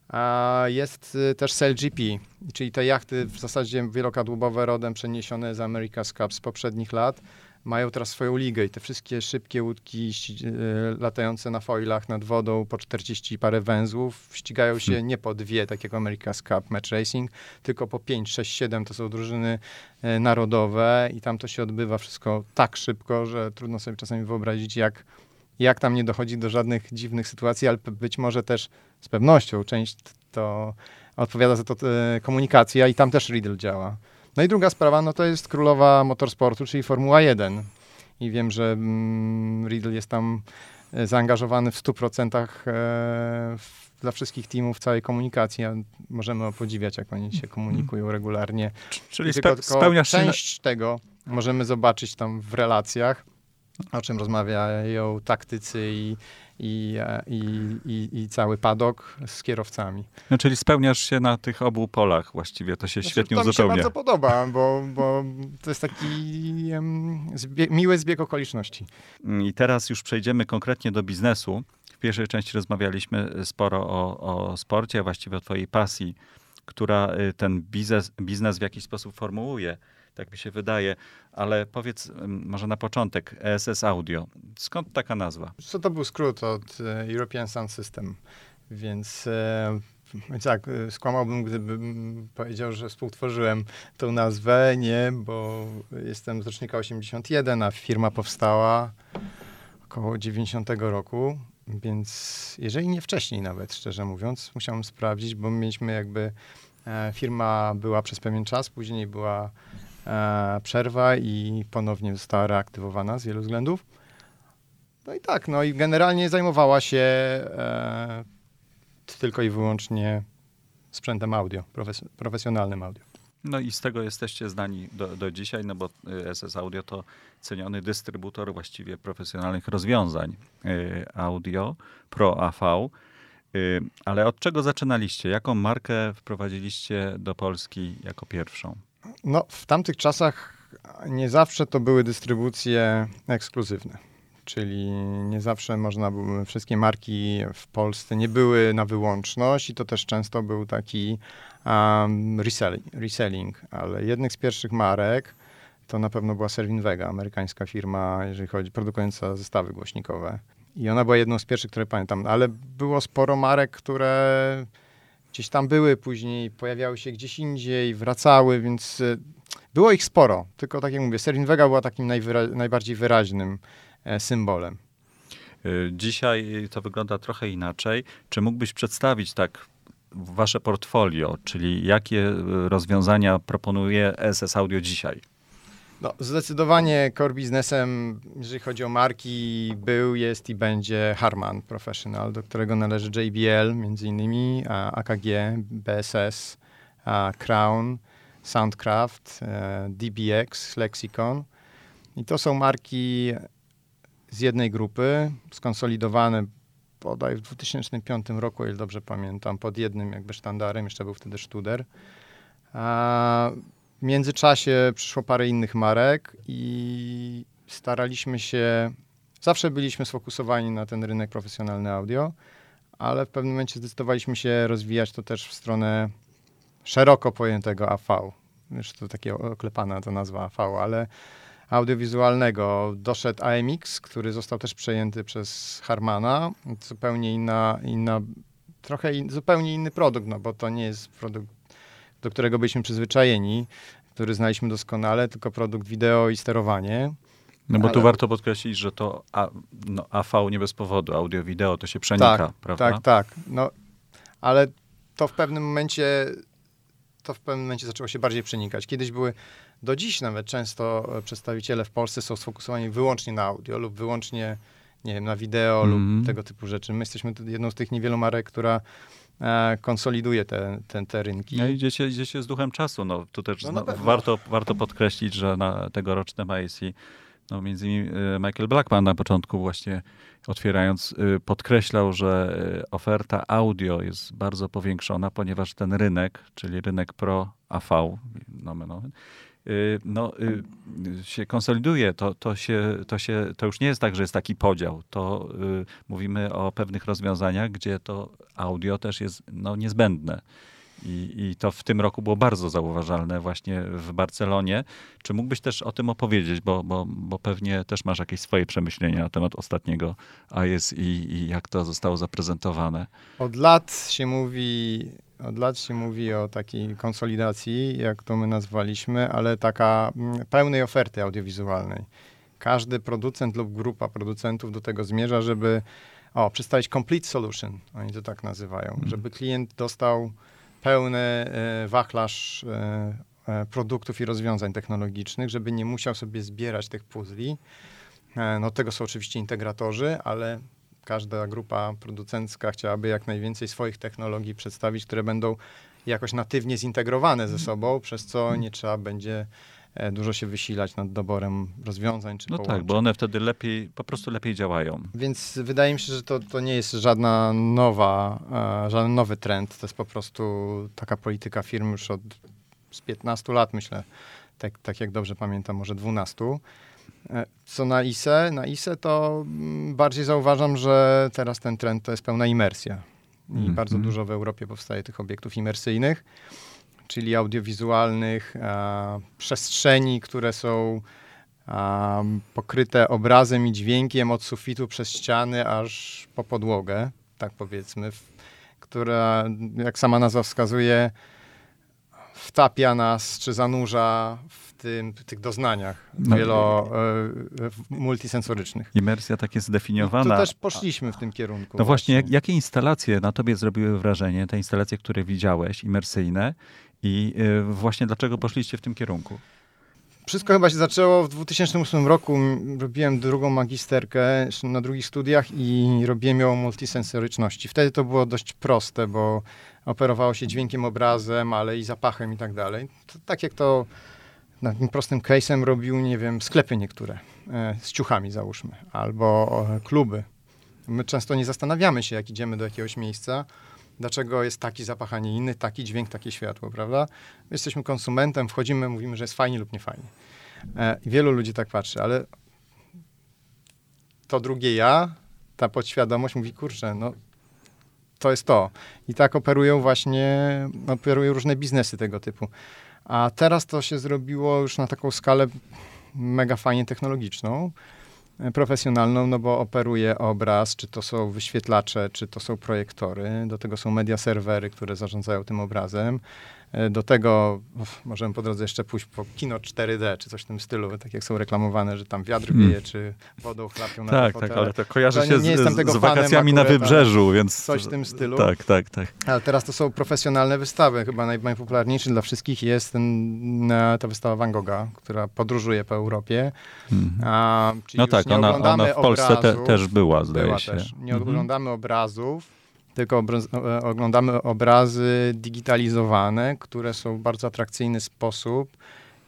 A jest też S L G P, czyli te jachty w zasadzie wielokadłubowe rodem przeniesione z America's Cup z poprzednich lat. Mają teraz swoją ligę i te wszystkie szybkie łódki latające na foilach nad wodą po czterdzieści parę węzłów ścigają się nie po dwie, tak jak America's Cup Match Racing, tylko po pięć, sześć, siedem. To są drużyny narodowe i tam to się odbywa wszystko tak szybko, że trudno sobie czasami wyobrazić, jak jak tam nie dochodzi do żadnych dziwnych sytuacji, ale być może też z pewnością część to odpowiada za to e, komunikacja i tam też Riddle działa. No i druga sprawa, no to jest królowa motorsportu, czyli Formuła jeden. I wiem, że mm, Riddle jest tam zaangażowany w stu procentach e, w, dla wszystkich teamów całej komunikacji. A możemy podziwiać, jak oni się komunikują regularnie. Czyli tylko, spe- spełniasz część na... tego możemy zobaczyć tam w relacjach. o czym rozmawiają taktycy i, i, i, i, i cały padok z kierowcami. No, czyli spełniasz się na tych obu polach właściwie, to się Znaczy, świetnie to uzupełnia. mi się bardzo podoba, bo, bo to jest taki um, zbie- miły zbieg okoliczności. I teraz już przejdziemy konkretnie do biznesu. W pierwszej części rozmawialiśmy sporo o, o sporcie, a właściwie o twojej pasji, która ten biznes, biznes w jakiś sposób formułuje, tak mi się wydaje. Ale powiedz może na początek, E S S Audio. Skąd taka nazwa? Co to był skrót od European Sound System, więc... E, Więc tak, skłamałbym, gdybym powiedział, że współtworzyłem tą nazwę. Nie, bo jestem z rocznika osiemdziesiąt jeden, a firma powstała około dziewięćdziesiątego roku, więc jeżeli nie wcześniej nawet, szczerze mówiąc, musiałem sprawdzić, bo mieliśmy jakby, e, firma była przez pewien czas, później była e, przerwa i ponownie została reaktywowana z wielu względów. No i tak, no i generalnie zajmowała się e, tylko i wyłącznie sprzętem audio, profes- profesjonalnym audio. No i z tego jesteście znani do, do dzisiaj, no bo E S S Audio to ceniony dystrybutor właściwie profesjonalnych rozwiązań y, audio, Pro A V. Y, ale od czego zaczynaliście? Jaką markę wprowadziliście do Polski jako pierwszą? No, w tamtych czasach nie zawsze to były dystrybucje ekskluzywne. Czyli nie zawsze można było, wszystkie marki w Polsce nie były na wyłączność i to też często był taki um, reselling, reselling, ale jednych z pierwszych marek to na pewno była Cerwin Vega, amerykańska firma, jeżeli chodzi, produkująca zestawy głośnikowe. I ona była jedną z pierwszych, które pamiętam, ale było sporo marek, które gdzieś tam były, później pojawiały się gdzieś indziej, wracały, więc było ich sporo. Tylko tak jak mówię, Cerwin Vega była takim najwyra- najbardziej wyraźnym symbolem. Dzisiaj to wygląda trochę inaczej. Czy mógłbyś przedstawić tak wasze portfolio, czyli jakie rozwiązania proponuje E S S Audio dzisiaj? No, zdecydowanie core biznesem, jeżeli chodzi o marki, był, jest i będzie Harman Professional, do którego należy J B L, między innymi, A K G, B S S, Crown, Soundcraft, D B X, Lexicon. I to są marki z jednej grupy, skonsolidowane bodaj w dwa tysiące piątym roku, o ile dobrze pamiętam, pod jednym jakby sztandarem, jeszcze był wtedy Studer. A w międzyczasie przyszło parę innych marek i staraliśmy się, zawsze byliśmy sfokusowani na ten rynek profesjonalny audio, ale w pewnym momencie zdecydowaliśmy się rozwijać to też w stronę szeroko pojętego A V. Już to takie oklepana ta nazwa A V, ale audiowizualnego. Doszedł A M X, który został też przejęty przez Harmana. Zupełnie inna, inna trochę in, zupełnie inny produkt, no bo to nie jest produkt, do którego byliśmy przyzwyczajeni, który znaliśmy doskonale, tylko produkt wideo i sterowanie. No bo ale... tu warto podkreślić, że to A, no A V nie bez powodu, audio-wideo to się przenika, tak, prawda? Tak, tak. No, ale to w pewnym momencie to w pewnym momencie zaczęło się bardziej przenikać. Kiedyś były, do dziś nawet często przedstawiciele w Polsce są sfokusowani wyłącznie na audio lub wyłącznie, nie wiem, na wideo Mm. lub tego typu rzeczy. My jesteśmy jedną z tych niewielu marek, która e, konsoliduje te, te, te rynki. No idziecie, idziecie z duchem czasu. No, tu też No, zna, na pewno. warto, warto podkreślić, że na tegorocznym A S I no między innymi Michael Blackman na początku właśnie otwierając podkreślał, że oferta audio jest bardzo powiększona, ponieważ ten rynek, czyli rynek Pro A V, nomen omen, no, się konsoliduje. To, to, się, to, się, to już nie jest tak, że jest taki podział. To y, mówimy o pewnych rozwiązaniach, gdzie to audio też jest no, niezbędne. I, I to w tym roku było bardzo zauważalne właśnie w Barcelonie. Czy mógłbyś też o tym opowiedzieć, bo, bo, bo pewnie też masz jakieś swoje przemyślenia na temat ostatniego A S I i jak to zostało zaprezentowane? Od lat się mówi, od lat się mówi o takiej konsolidacji, jak to my nazwaliśmy, ale taka pełnej oferty audiowizualnej. Każdy producent lub grupa producentów do tego zmierza, żeby o, przedstawić complete solution, oni to tak nazywają, hmm. żeby klient dostał pełny e, wachlarz e, e, produktów i rozwiązań technologicznych, żeby nie musiał sobie zbierać tych puzli. E, no tego są oczywiście integratorzy, ale każda grupa producencka chciałaby jak najwięcej swoich technologii przedstawić, które będą jakoś natywnie zintegrowane ze sobą, przez co nie trzeba będzie dużo się wysilać nad doborem rozwiązań czy No połączeń. tak, bo one wtedy lepiej, po prostu lepiej działają. Więc wydaje mi się, że to, to nie jest żadna nowa, e, żaden nowy trend. To jest po prostu taka polityka firm już od z piętnastu lat, myślę. Tak, tak jak dobrze pamiętam, może dwunastu. E, co na I S E? Na I S E to mm, bardziej zauważam, że teraz ten trend to jest pełna imersja. I Mm, bardzo mm. dużo w Europie powstaje tych obiektów imersyjnych, czyli audiowizualnych, e, przestrzeni, które są a, pokryte obrazem i dźwiękiem od sufitu przez ściany aż po podłogę, tak powiedzmy, w, która, jak sama nazwa wskazuje, wtapia nas czy zanurza w tym, w tych doznaniach No, wielo, e, multisensorycznych. Imersja tak jest I zdefiniowana. to też poszliśmy w tym kierunku. No właśnie, jak, jakie instalacje na tobie zrobiły wrażenie, te instalacje, które widziałeś, imersyjne i y, właśnie dlaczego poszliście w tym kierunku? Wszystko chyba się zaczęło w dwutysięcznym ósmym roku. Robiłem drugą magisterkę jeszcze na drugich studiach i robiłem ją o multisensoryczności. Wtedy to było dość proste, bo operowało się dźwiękiem, obrazem, ale i zapachem i tak dalej. To, tak jak to takim prostym case'em robił, nie wiem, sklepy niektóre, e, z ciuchami załóżmy, albo e, kluby. My często nie zastanawiamy się, jak idziemy do jakiegoś miejsca, dlaczego jest taki zapach, a nie inny, taki dźwięk, takie światło, prawda? Jesteśmy konsumentem, wchodzimy, mówimy, że jest fajnie lub nie fajnie. E, i wielu ludzi tak patrzy, ale to drugie ja, ta podświadomość mówi, kurczę, no to jest to. I tak operują właśnie, operują różne biznesy tego typu. A teraz to się zrobiło już na taką skalę mega fajnie technologiczną, profesjonalną, no bo operuje obraz, czy to są wyświetlacze, czy to są projektory, do tego są media serwery, które zarządzają tym obrazem. Do tego uf, możemy po drodze jeszcze pójść po kino cztery D, czy coś w tym stylu, tak jak są reklamowane, że tam wiatr wieje, hmm. czy wodą chlapią na Tak, fotele. tak, ale to kojarzy to się nie, nie z, z wakacjami na akurat, wybrzeżu, więc... Coś w tym stylu. Tak, tak, tak. Ale teraz to są profesjonalne wystawy. Chyba naj, najpopularniejszy dla wszystkich jest ten, ta wystawa Van Gogha, która podróżuje po Europie. Hmm. A, czyli no tak, ona, ona w Polsce obrazów, te, też była, zdaje była się. Też. Nie mhm. oglądamy obrazów, tylko obraz, oglądamy obrazy digitalizowane, które są w bardzo atrakcyjny sposób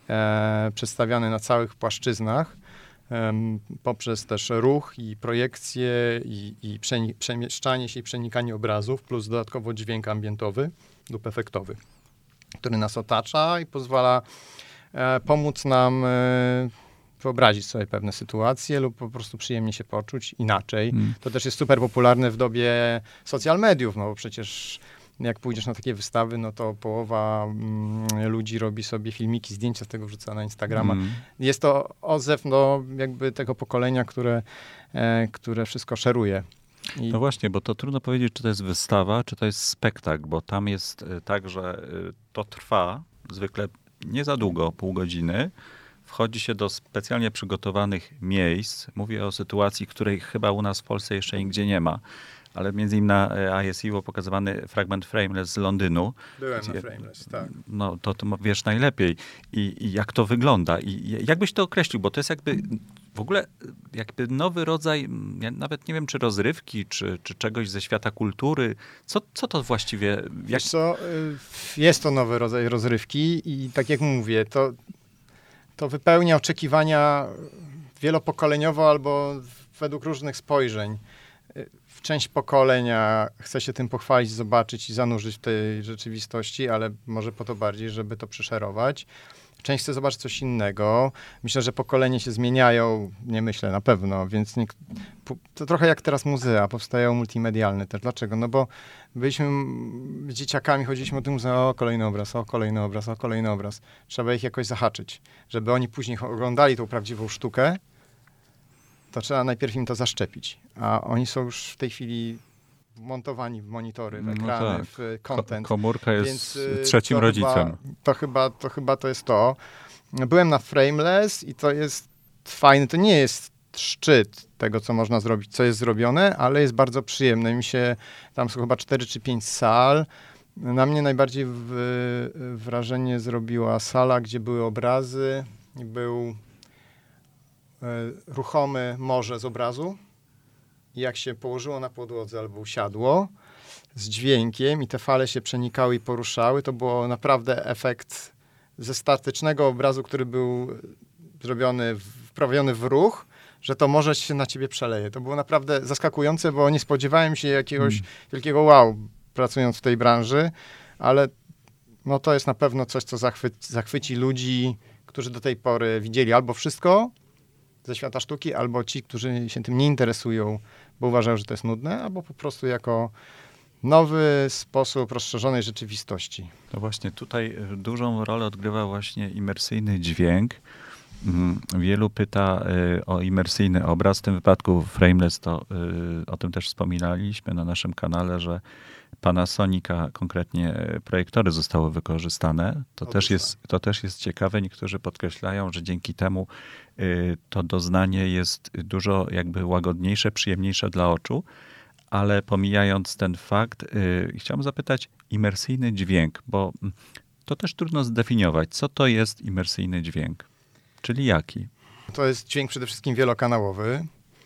e, przedstawiane na całych płaszczyznach, e, poprzez też ruch i projekcję i, i przeni- przemieszczanie się i przenikanie obrazów, plus dodatkowo dźwięk ambientowy lub efektowy, który nas otacza i pozwala e, pomóc nam e, wyobrazić sobie pewne sytuacje lub po prostu przyjemnie się poczuć inaczej. Hmm. To też jest super popularne w dobie social mediów, no bo przecież jak pójdziesz na takie wystawy, no to połowa mm, ludzi robi sobie filmiki, zdjęcia z tego wrzuca na Instagrama. Hmm. Jest to odzew no, jakby tego pokolenia, które, e, które wszystko szeruje. I... No właśnie, bo to trudno powiedzieć, czy to jest wystawa, czy to jest spektakl, bo tam jest tak, że to trwa zwykle nie za długo, pół godziny. Wchodzi się do specjalnie przygotowanych miejsc. Mówię o sytuacji, której chyba u nas w Polsce jeszcze nigdzie nie ma. Ale między innymi na I S E był pokazywany fragment Frameless z Londynu. Byłem na Frameless, tak. No to, to wiesz najlepiej. I, I jak to wygląda. I jak byś to określił? Bo to jest jakby w ogóle jakby nowy rodzaj, ja nawet nie wiem, czy rozrywki, czy, czy czegoś ze świata kultury. Co, co to właściwie... Jak... Wiesz co, jest to nowy rodzaj rozrywki i tak jak mówię, to to wypełnia oczekiwania wielopokoleniowo albo według różnych spojrzeń. Część pokolenia chce się tym pochwalić, zobaczyć i zanurzyć w tej rzeczywistości, ale może po to bardziej, żeby to przeszerować. Część chce zobaczyć coś innego. Myślę, że pokolenia się zmieniają, nie myślę, na pewno, więc nie, to trochę jak teraz muzea, powstają multimedialne też. Dlaczego? No bo byliśmy z dzieciakami, chodziliśmy o tym muzeum, o kolejny obraz, o kolejny obraz, o kolejny obraz. Trzeba ich jakoś zahaczyć. Żeby oni później oglądali tą prawdziwą sztukę, to trzeba najpierw im to zaszczepić. A oni są już w tej chwili wmontowani w monitory, w ekrany, no tak. w content. Komórka jest więc, trzecim to rodzicem. Chyba, to, chyba, to chyba to jest to. Byłem na Frameless i to jest fajne. To nie jest szczyt tego, co można zrobić, co jest zrobione, ale jest bardzo przyjemne. Mi się, tam są chyba cztery czy pięć sal. Na mnie najbardziej w, wrażenie zrobiła sala, gdzie były obrazy i był e, ruchome morze z obrazu. I jak się położyło na podłodze albo usiadło z dźwiękiem i te fale się przenikały i poruszały, to było naprawdę efekt ze statycznego obrazu, który był zrobiony, wprawiony w ruch, że to może się na ciebie przeleje. To było naprawdę zaskakujące, bo nie spodziewałem się jakiegoś hmm. wielkiego wow, pracując w tej branży, ale no to jest na pewno coś, co zachwy- zachwyci ludzi, którzy do tej pory widzieli albo wszystko ze świata sztuki, albo ci, którzy się tym nie interesują, bo uważają, że to jest nudne, albo po prostu jako nowy sposób rozszerzonej rzeczywistości. To właśnie tutaj dużą rolę odgrywa właśnie imersyjny dźwięk. Wielu pyta o imersyjny obraz. W tym wypadku Frameless, to o tym też wspominaliśmy na naszym kanale, że Panasonica, konkretnie projektory zostały wykorzystane. To, też jest, to też jest ciekawe. Niektórzy podkreślają, że dzięki temu to doznanie jest dużo jakby łagodniejsze, przyjemniejsze dla oczu. Ale pomijając ten fakt, chciałbym zapytać imersyjny dźwięk, bo to też trudno zdefiniować. Co to jest imersyjny dźwięk? Czyli jaki? To jest dźwięk przede wszystkim wielokanałowy.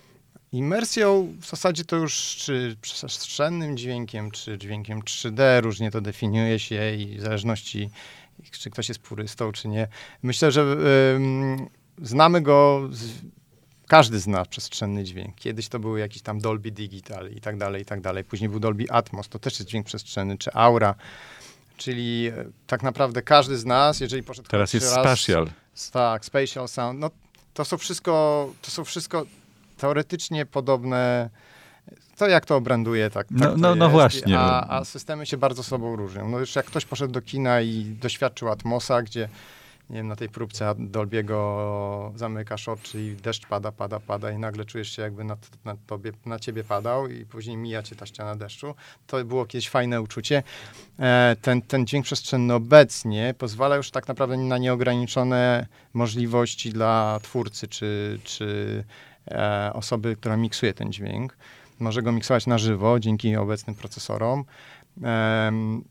Imersją w zasadzie to już czy przestrzennym dźwiękiem, czy dźwiękiem trzy D, różnie to definiuje się i w zależności, czy ktoś jest purystą, czy nie. Myślę, że y, znamy go, z, każdy zna przestrzenny dźwięk. Kiedyś to były jakieś tam Dolby Digital i tak dalej, i tak dalej. Później był Dolby Atmos, to też jest dźwięk przestrzenny, czy Aura. Czyli tak naprawdę każdy z nas, jeżeli poszedł... Teraz jest raz, spatial. Tak, spatial sound. No, to są wszystko, to są wszystko teoretycznie podobne. To jak to obranduje, tak, tak no, to no, jest. no właśnie. A, a systemy się bardzo sobą różnią. No już jak ktoś poszedł do kina i doświadczył Atmosa, gdzie nie wiem, na tej próbce Dolbiego zamykasz oczy i deszcz pada, pada, pada i nagle czujesz się jakby na, na, tobie, na ciebie padał i później mija cię ta ściana deszczu. To było kiedyś fajne uczucie. E, ten, ten dźwięk przestrzenny obecnie pozwala już tak naprawdę na nieograniczone możliwości dla twórcy czy, czy e, osoby, która miksuje ten dźwięk. Może go miksować na żywo dzięki obecnym procesorom. E,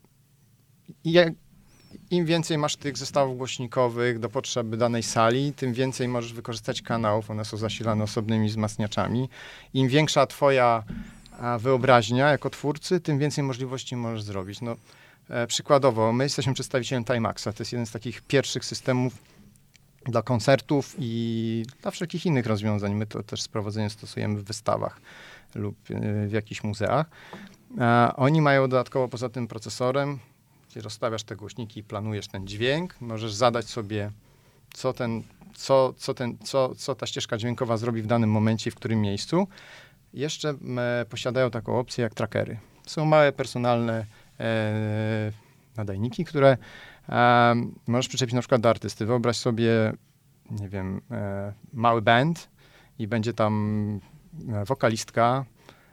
i jak Im więcej masz tych zestawów głośnikowych do potrzeby danej sali, tym więcej możesz wykorzystać kanałów, one są zasilane osobnymi wzmacniaczami. Im większa twoja a, wyobraźnia jako twórcy, tym więcej możliwości możesz zrobić. No, e, przykładowo, my jesteśmy przedstawicielem Timaxa, to jest jeden z takich pierwszych systemów dla koncertów i dla wszelkich innych rozwiązań. My to też z prowadzenia stosujemy w wystawach lub e, w jakichś muzeach. E, oni mają dodatkowo poza tym procesorem, gdzie rozstawiasz te głośniki i planujesz ten dźwięk, możesz zadać sobie, co, ten, co, co, ten, co, co ta ścieżka dźwiękowa zrobi w danym momencie, w którym miejscu. Jeszcze e, posiadają taką opcję jak trackery. Są małe, personalne e, nadajniki, które e, możesz przyczepić na przykład do artysty. Wyobraź sobie, nie wiem, e, mały band i będzie tam wokalistka,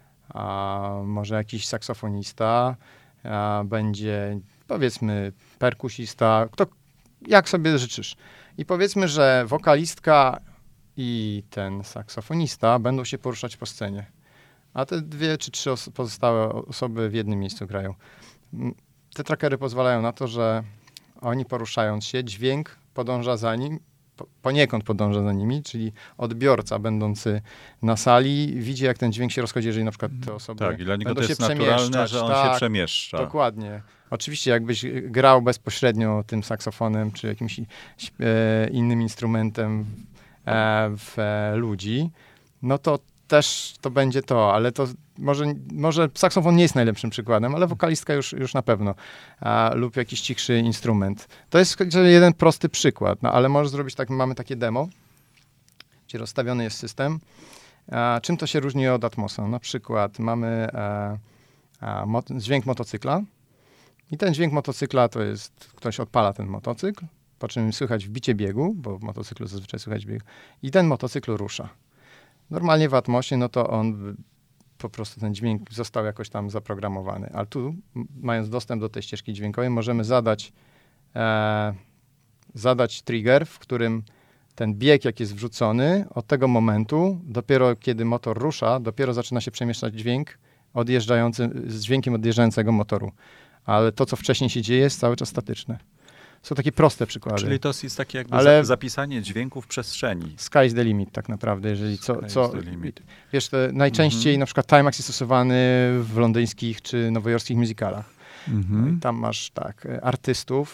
a może jakiś saksofonista, a będzie powiedzmy perkusista, kto, jak sobie życzysz. I powiedzmy, że wokalistka i ten saksofonista będą się poruszać po scenie, a te dwie czy trzy os- pozostałe osoby w jednym miejscu grają. Te trackery pozwalają na to, że oni poruszając się, dźwięk podąża za nim, po, poniekąd podąża za nimi, czyli odbiorca będący na sali widzi, jak ten dźwięk się rozchodzi, jeżeli na przykład te osoby tak, i dla niego będą to się jest naturalne, przemieszczać. że on tak, się przemieszcza. Dokładnie. Oczywiście, jakbyś grał bezpośrednio tym saksofonem, czy jakimś e, innym instrumentem e, w e, ludzi, no to też to będzie to, ale to może, może saksofon nie jest najlepszym przykładem, ale wokalistka już, już na pewno, a, lub jakiś cichszy instrument. To jest jeden prosty przykład, no ale możesz zrobić tak, mamy takie demo, gdzie rozstawiony jest system. A, czym to się różni od Atmosa? Na przykład mamy a, a, mot, dźwięk motocykla i ten dźwięk motocykla to jest, ktoś odpala ten motocykl, po czym słychać wbicie biegu, bo w motocyklu zazwyczaj słychać bieg, i ten motocykl rusza. Normalnie w Atmosie, no to on po prostu ten dźwięk został jakoś tam zaprogramowany. Ale tu, mając dostęp do tej ścieżki dźwiękowej, możemy zadać, e, zadać trigger, w którym ten bieg, jak jest wrzucony, od tego momentu, dopiero kiedy motor rusza, dopiero zaczyna się przemieszczać dźwięk odjeżdżający, z dźwiękiem odjeżdżającego motoru. Ale to, co wcześniej się dzieje, jest cały czas statyczne. Są takie proste przykłady. Czyli to jest takie jakby Ale zapisanie dźwięku w przestrzeni. Sky's the limit tak naprawdę, jeżeli co, Sky's co the limit. wiesz, to najczęściej Mhm. na przykład Timax jest stosowany w londyńskich czy nowojorskich musicalach. Mhm. Tam masz tak, artystów,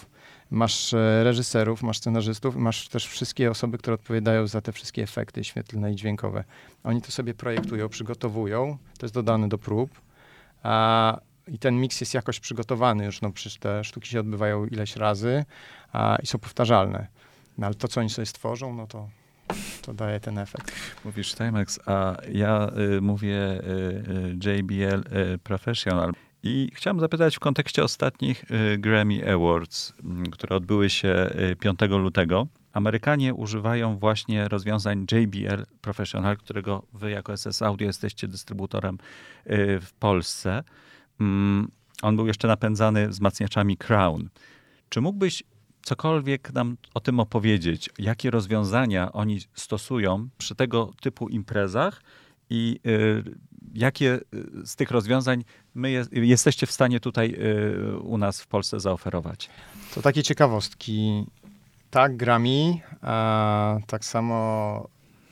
masz reżyserów, masz scenarzystów, masz też wszystkie osoby, które odpowiadają za te wszystkie efekty świetlne i dźwiękowe. Oni to sobie projektują, przygotowują, to jest dodane do prób, a, i ten miks jest jakoś przygotowany już, no przecież te sztuki się odbywają ileś razy a, i są powtarzalne. No ale to, co oni sobie stworzą, no to, to daje ten efekt. Mówisz Timex, a ja y, mówię y, y, J B L y, Professional. I chciałem zapytać w kontekście ostatnich y, Grammy Awards, y, które odbyły się y, piątego lutego. Amerykanie używają właśnie rozwiązań J B L Professional, którego wy jako S S Audio jesteście dystrybutorem y, w Polsce. Mm, on był jeszcze napędzany wzmacniaczami Crown. Czy mógłbyś cokolwiek nam o tym opowiedzieć? Jakie rozwiązania oni stosują przy tego typu imprezach i y, jakie z tych rozwiązań my je, jesteście w stanie tutaj y, u nas w Polsce zaoferować? To takie ciekawostki. Tak, Grammy, a tak samo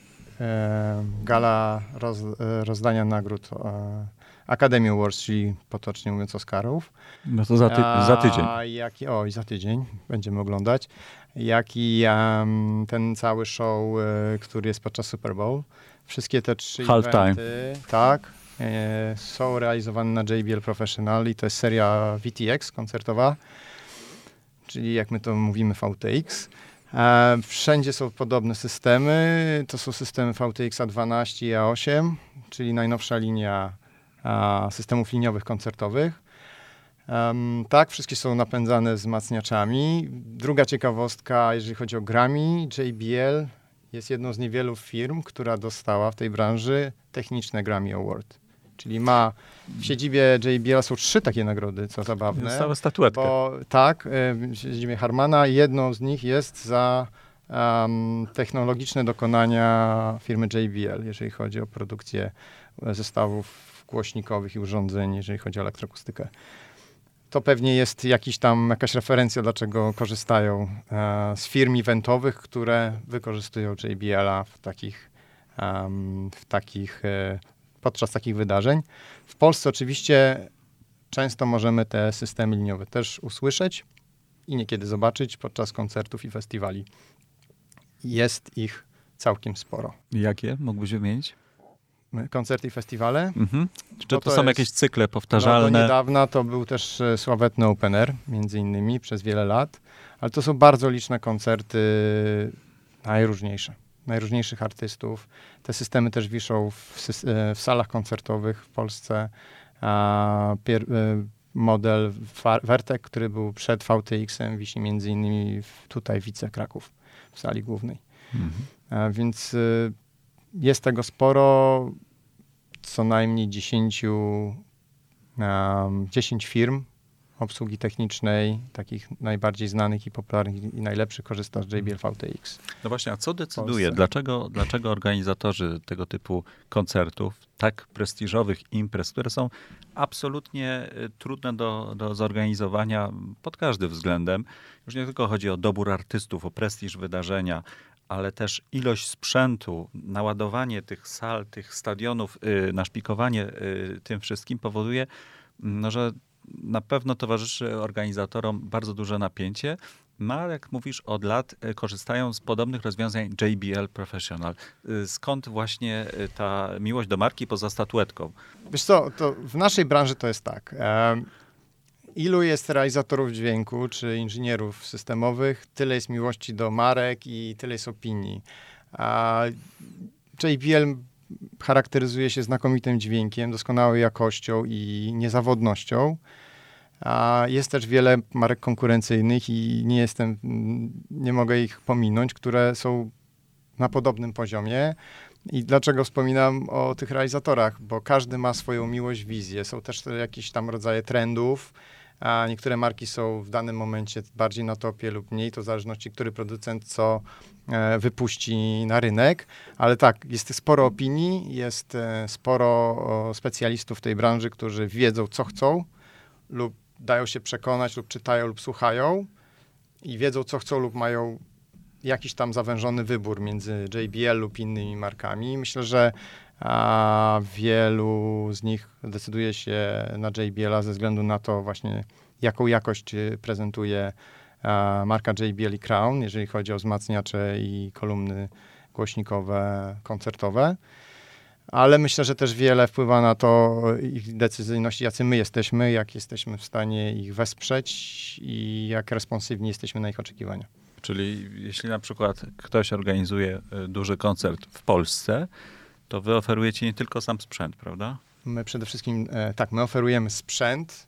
e, gala roz, e, rozdania nagród e, Academy Awards, czyli potocznie mówiąc Oscarów. No to za, ty, a, za tydzień. Jak, o, i za tydzień będziemy oglądać. Jak i um, ten cały show, e, który jest podczas Super Bowl. Wszystkie te trzy Halftime. eventy, tak, e, są realizowane na J B L Professional i to jest seria V T X koncertowa, czyli jak my to mówimy V T X. E, wszędzie są podobne systemy. To są systemy V T X A dwanaście i A osiem, czyli najnowsza linia a, systemów liniowych koncertowych. Um, tak, wszystkie są napędzane wzmacniaczami. Druga ciekawostka, jeżeli chodzi o Grammy, J B L jest jedną z niewielu firm, która dostała w tej branży techniczne Grammy Award. Czyli ma w siedzibie J B L są trzy takie nagrody, co zabawne. Dostała statuetkę. Bo tak, w siedzibie Harmana jedną z nich jest za um, technologiczne dokonania firmy J B L, jeżeli chodzi o produkcję zestawów głośnikowych i urządzeń, jeżeli chodzi o elektroakustykę. To pewnie jest jakiś tam, jakaś referencja, dlaczego korzystają e, z firm eventowych, które wykorzystują J B L-a w takich, um, w takich e, podczas takich wydarzeń. W Polsce oczywiście często możemy te systemy liniowe też usłyszeć i niekiedy zobaczyć podczas koncertów i festiwali. Jest ich całkiem sporo. Jakie mógłbyś wymienić? Koncerty i festiwale. Mhm. Czy to, No to są jest, jakieś cykle No, powtarzalne? do niedawna to był też e, sławetny Open Air, między innymi, przez wiele lat. Ale to są bardzo liczne koncerty, najróżniejsze. Najróżniejszych artystów. Te systemy też wiszą w, sys- e, w salach koncertowych w Polsce. A, pier- e, model Fa- Vertek, który był przed V T X-em, wisi między innymi w, tutaj w Wice Kraków, w sali głównej. Mhm. A, więc e, jest tego sporo. Co najmniej dziesięć, um, dziesięć firm obsługi technicznej, takich najbardziej znanych i popularnych i najlepszych korzysta z J B L V T X. No właśnie, a co decyduje? Dlaczego, dlaczego organizatorzy tego typu koncertów, tak prestiżowych imprez, które są absolutnie y, trudne do, do zorganizowania pod każdym względem, już nie tylko chodzi o dobór artystów, o prestiż wydarzenia, ale też ilość sprzętu, naładowanie tych sal, tych stadionów, y, naszpikowanie y, tym wszystkim powoduje, no, że na pewno towarzyszy organizatorom bardzo duże napięcie, no ale jak mówisz, od lat y, korzystają z podobnych rozwiązań J B L Professional. Y, skąd właśnie y, ta miłość do marki poza statuetką? Wiesz co, to w naszej branży to jest tak. Um, ilu jest realizatorów dźwięku, czy inżynierów systemowych, tyle jest miłości do marek i tyle jest opinii. A J B L charakteryzuje się znakomitym dźwiękiem, doskonałą jakością i niezawodnością. A jest też wiele marek konkurencyjnych i nie jestem, nie mogę ich pominąć, które są na podobnym poziomie. I dlaczego wspominam o tych realizatorach? Bo każdy ma swoją miłość, wizję. Są też jakieś tam rodzaje trendów, a niektóre marki są w danym momencie bardziej na topie lub mniej, to w zależności, który producent co e, wypuści na rynek. Ale tak, jest sporo opinii, jest e, sporo o, specjalistów w tej branży, którzy wiedzą, co chcą lub dają się przekonać, lub czytają, lub słuchają i wiedzą, co chcą lub mają jakiś tam zawężony wybór między J B L lub innymi markami. Myślę, że a, wielu z nich decyduje się na J B L-a ze względu na to właśnie, jaką jakość prezentuje marka J B L i Crown, jeżeli chodzi o wzmacniacze i kolumny głośnikowe, koncertowe. Ale myślę, że też wiele wpływa na to ich decyzyjność, jacy my jesteśmy, jak jesteśmy w stanie ich wesprzeć i jak responsywni jesteśmy na ich oczekiwania. Czyli jeśli na przykład ktoś organizuje duży koncert w Polsce, to wy oferujecie nie tylko sam sprzęt, prawda? My przede wszystkim, tak, my oferujemy sprzęt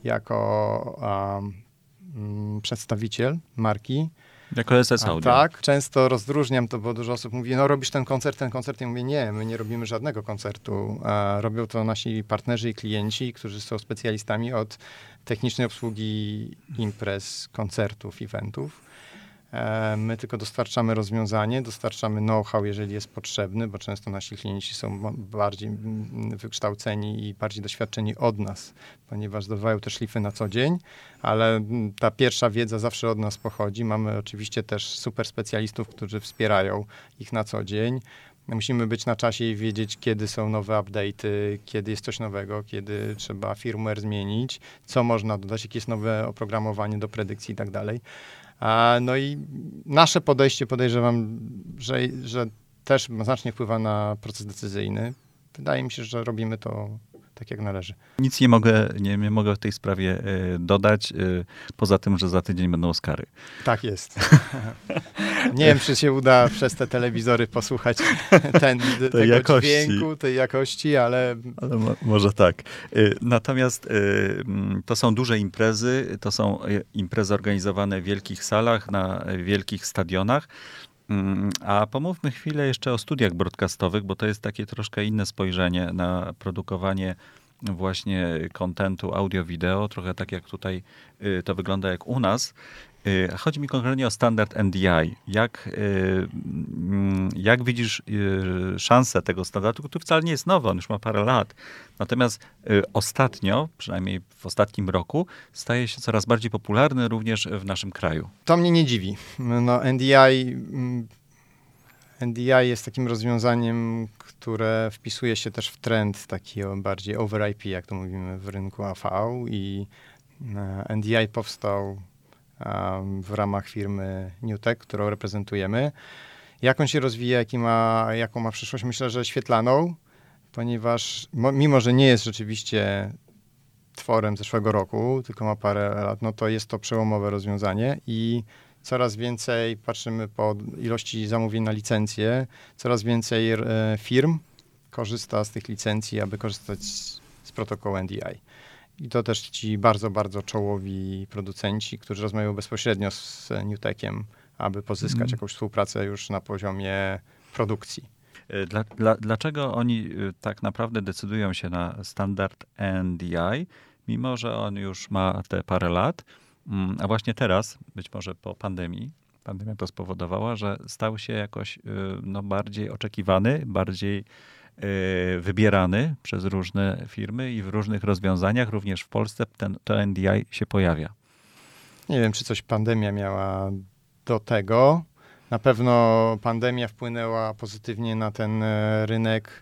jako um, przedstawiciel marki. Jako S S Audio. Tak, często rozróżniam to, bo dużo osób mówi, no robisz ten koncert, ten koncert. Ja mówię, nie, my nie robimy żadnego koncertu. A robią to nasi partnerzy i klienci, którzy są specjalistami od technicznej obsługi imprez, koncertów, eventów. My tylko dostarczamy rozwiązanie, dostarczamy know-how, jeżeli jest potrzebny, bo często nasi klienci są bardziej wykształceni i bardziej doświadczeni od nas, ponieważ zdobywają te szlify na co dzień, ale ta pierwsza wiedza zawsze od nas pochodzi. Mamy oczywiście też super specjalistów, którzy wspierają ich na co dzień. Musimy być na czasie i wiedzieć, kiedy są nowe update'y, kiedy jest coś nowego, kiedy trzeba firmware zmienić, co można dodać, jakie jest nowe oprogramowanie do predykcji i tak dalej. No i nasze podejście, podejrzewam, że, że też znacznie wpływa na proces decyzyjny. Wydaje mi się, że robimy to tak, jak należy. Nic nie mogę, nie, nie mogę w tej sprawie y, dodać, y, poza tym, że za tydzień będą Oscary. Tak jest. Nie wiem, czy się uda przez te telewizory posłuchać ten, tego jakości. dźwięku, tej jakości, ale... ale mo, może tak. Y, natomiast y, to są duże imprezy, to są imprezy organizowane w wielkich salach, na wielkich stadionach. A pomówmy chwilę jeszcze o studiach broadcastowych, bo to jest takie troszkę inne spojrzenie na produkowanie właśnie kontentu audio-wideo, trochę tak jak tutaj to wygląda jak u nas. Chodzi mi konkretnie o standard N D I. Jak, jak widzisz szansę tego standardu, który wcale nie jest nowy, on już ma parę lat. Natomiast ostatnio, przynajmniej w ostatnim roku, staje się coraz bardziej popularny również w naszym kraju. To mnie nie dziwi. No, N D I, N D I jest takim rozwiązaniem, które wpisuje się też w trend taki bardziej over I P, jak to mówimy w rynku A V, i N D I powstał w ramach firmy Newtek, którą reprezentujemy. Jak on się rozwija, jaki ma, jaką ma przyszłość? Myślę, że świetlaną, ponieważ mimo, że nie jest rzeczywiście tworem zeszłego roku, tylko ma parę lat, no to jest to przełomowe rozwiązanie i coraz więcej patrzymy po ilości zamówień na licencje, coraz więcej e, firm korzysta z tych licencji, aby korzystać z, z protokołu N D I. I to też ci bardzo, bardzo czołowi producenci, którzy rozmawiają bezpośrednio z Newtekiem, aby pozyskać mm. jakąś współpracę już na poziomie produkcji. Dla, dla, dlaczego oni tak naprawdę decydują się na standard N D I, mimo że on już ma te parę lat, a właśnie teraz, być może po pandemii, pandemia to spowodowała, że stał się jakoś no, bardziej oczekiwany, bardziej wybierany przez różne firmy i w różnych rozwiązaniach, również w Polsce ten, to N D I się pojawia. Nie wiem, czy coś pandemia miała do tego. Na pewno pandemia wpłynęła pozytywnie na ten rynek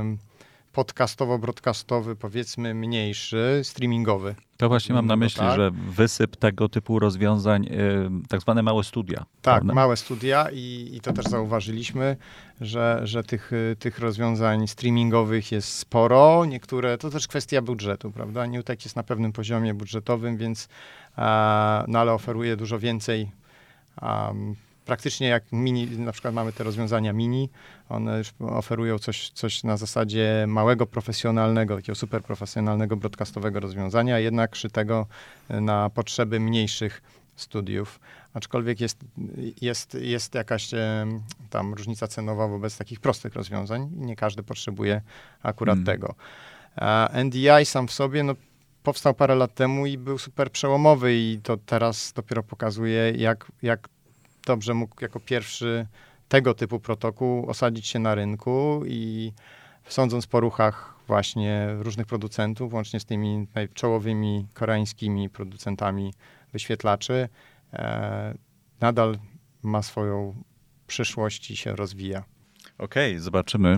podcastowo-broadcastowy, powiedzmy mniejszy, streamingowy. To właśnie mam na myśli, tak? Że wysyp tego typu rozwiązań, tak zwane małe studia. Tak, prawda? Małe studia i, i to też zauważyliśmy, że, że tych, tych rozwiązań streamingowych jest sporo. Niektóre, to też kwestia budżetu, prawda? Newtek jest na pewnym poziomie budżetowym, więc a, no ale oferuje dużo więcej. Um, Praktycznie jak mini, na przykład mamy te rozwiązania mini, one już oferują coś, coś na zasadzie małego, profesjonalnego, takiego super profesjonalnego, broadcastowego rozwiązania, jednak szytego na potrzeby mniejszych studiów. Aczkolwiek jest, jest, jest jakaś tam różnica cenowa wobec takich prostych rozwiązań i nie każdy potrzebuje akurat hmm. tego. A N D I sam w sobie, no, powstał parę lat temu i był super przełomowy i to teraz dopiero pokazuje, jak, jak dobrze mógł jako pierwszy tego typu protokół osadzić się na rynku i sądząc po ruchach właśnie różnych producentów, łącznie z tymi czołowymi koreańskimi producentami wyświetlaczy, e, nadal ma swoją przyszłość i się rozwija. Okej, okay, zobaczymy,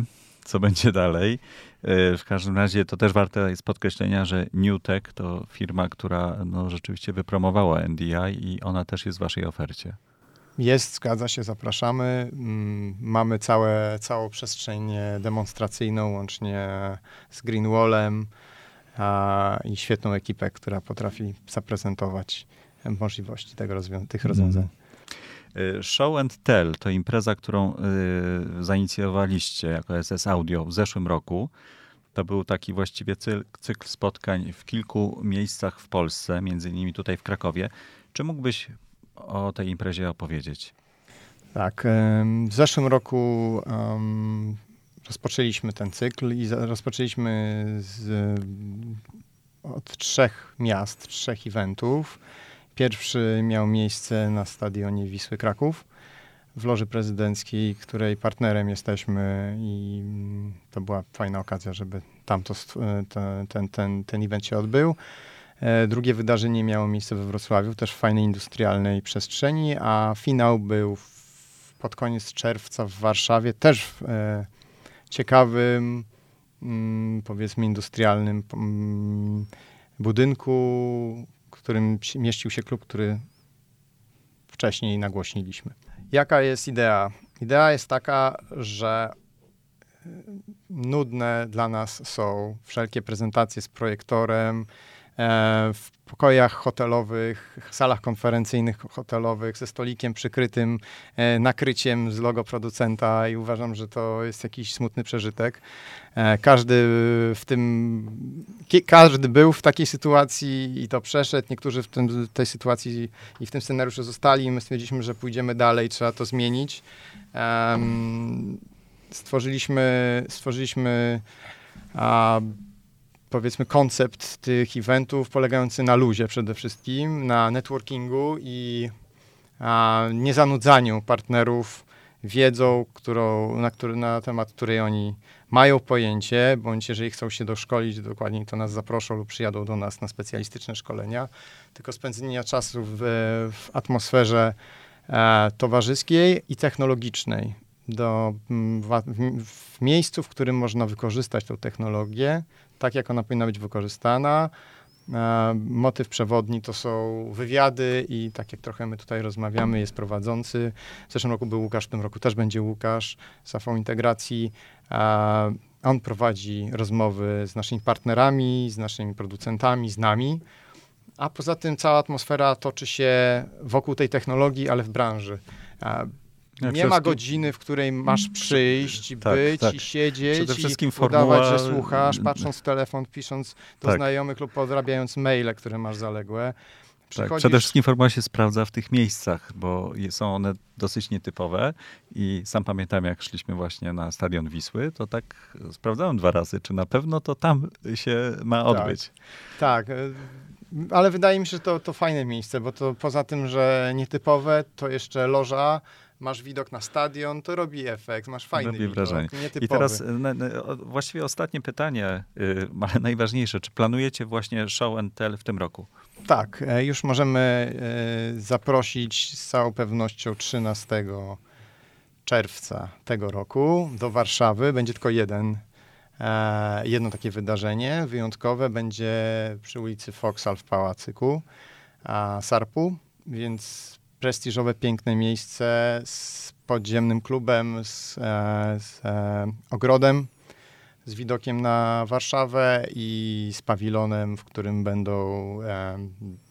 co będzie dalej. W każdym razie to też warte jest podkreślenia, że Newtek to firma, która no, rzeczywiście wypromowała N D I i ona też jest w waszej ofercie. Jest, zgadza się, zapraszamy. Mamy całe, całą przestrzeń demonstracyjną, łącznie z Greenwallem a, i świetną ekipę, która potrafi zaprezentować możliwości tego rozwią- tych rozwiązań. Show and Tell to impreza, którą y, zainicjowaliście jako S S Audio w zeszłym roku. To był taki właściwie cykl, cykl spotkań w kilku miejscach w Polsce, między innymi tutaj w Krakowie. Czy mógłbyś o tej imprezie opowiedzieć? Tak. W zeszłym roku um, rozpoczęliśmy ten cykl i za, rozpoczęliśmy z, od trzech miast, trzech eventów. Pierwszy miał miejsce na stadionie Wisły Kraków w loży prezydenckiej, której partnerem jesteśmy i to była fajna okazja, żeby tam to, ten, ten, ten, ten event się odbył. Drugie wydarzenie miało miejsce we Wrocławiu, też w fajnej industrialnej przestrzeni, a finał był w, pod koniec czerwca w Warszawie, też w e, ciekawym, mm, powiedzmy industrialnym mm, budynku, w którym mieścił się klub, który wcześniej nagłośniliśmy. Jaka jest idea? Idea jest taka, że nudne dla nas są wszelkie prezentacje z projektorem, w pokojach hotelowych, salach konferencyjnych hotelowych ze stolikiem przykrytym nakryciem z logo producenta i uważam, że to jest jakiś smutny przeżytek. Każdy w tym, każdy był w takiej sytuacji i to przeszedł. Niektórzy w tym, tej sytuacji i w tym scenariuszu zostali i my stwierdziliśmy, że pójdziemy dalej, trzeba to zmienić. Um, stworzyliśmy, stworzyliśmy a, powiedzmy koncept tych eventów polegający na luzie przede wszystkim, na networkingu i a, niezanudzaniu partnerów wiedzą, którą, na, który, na temat której oni mają pojęcie, bądź jeżeli chcą się doszkolić, dokładniej to nas zaproszą lub przyjadą do nas na specjalistyczne szkolenia, tylko spędzenia czasu w, w atmosferze e, towarzyskiej i technologicznej. Do, w, w, w miejscu, w którym można wykorzystać tę technologię, tak jak ona powinna być wykorzystana. E, motyw przewodni to są wywiady i tak jak trochę my tutaj rozmawiamy, jest prowadzący. W zeszłym roku był Łukasz, w tym roku też będzie Łukasz z Afą Integracji. E, on prowadzi rozmowy z naszymi partnerami, z naszymi producentami, z nami. A poza tym cała atmosfera toczy się wokół tej technologii, ale w branży. E, Nie wszystkim... ma godziny, w której masz przyjść, tak, być tak. i siedzieć Przede wszystkim i formuła... udawać, że słuchasz, patrząc w telefon, pisząc do tak. znajomych lub podrabiając maile, które masz zaległe. Przychodzisz... Tak, przede wszystkim formuła się sprawdza w tych miejscach, bo są one dosyć nietypowe i sam pamiętam, jak szliśmy właśnie na Stadion Wisły, to tak sprawdzałem dwa razy, czy na pewno to tam się ma odbyć. Tak, tak. Ale wydaje mi się, że to, to fajne miejsce, bo to poza tym, że nietypowe, to jeszcze loża, masz widok na stadion, to robi efekt, masz fajny robi widok, wrażenie. nietypowy. I teraz na, na, właściwie ostatnie pytanie, yy, ale najważniejsze. Czy planujecie właśnie show and tell w tym roku? Tak, już możemy y, zaprosić z całą pewnością trzynastego czerwca tego roku do Warszawy. Będzie tylko jeden, e, jedno takie wydarzenie wyjątkowe. Będzie przy ulicy Foksal w Pałacyku a, Sarpu, więc prestiżowe, piękne miejsce z podziemnym klubem, z, e, z e, ogrodem, z widokiem na Warszawę i z pawilonem, w którym będą e,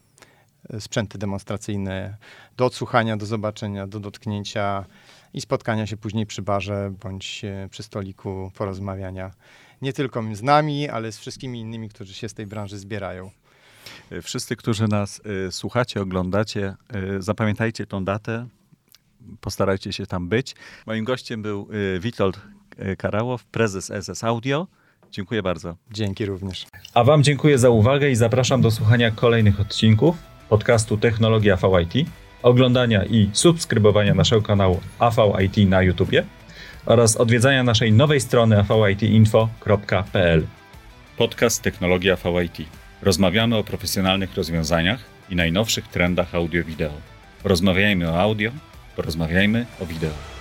sprzęty demonstracyjne do odsłuchania, do zobaczenia, do dotknięcia i spotkania się później przy barze bądź przy stoliku porozmawiania. Nie tylko z nami, ale z wszystkimi innymi, którzy się z tej branży zbierają. Wszyscy, którzy nas y, słuchacie, oglądacie, y, zapamiętajcie tą datę, postarajcie się tam być. Moim gościem był y, Witold Karałow, prezes S S Audio. Dziękuję bardzo. Dzięki również. A wam dziękuję za uwagę i zapraszam do słuchania kolejnych odcinków podcastu Technologia A V I T, oglądania i subskrybowania naszego kanału A V I T na YouTubie oraz odwiedzania naszej nowej strony a v i t info kropka p l. Podcast Technologia A V I T. Rozmawiamy o profesjonalnych rozwiązaniach i najnowszych trendach audio-wideo. Rozmawiajmy o audio, porozmawiajmy o wideo.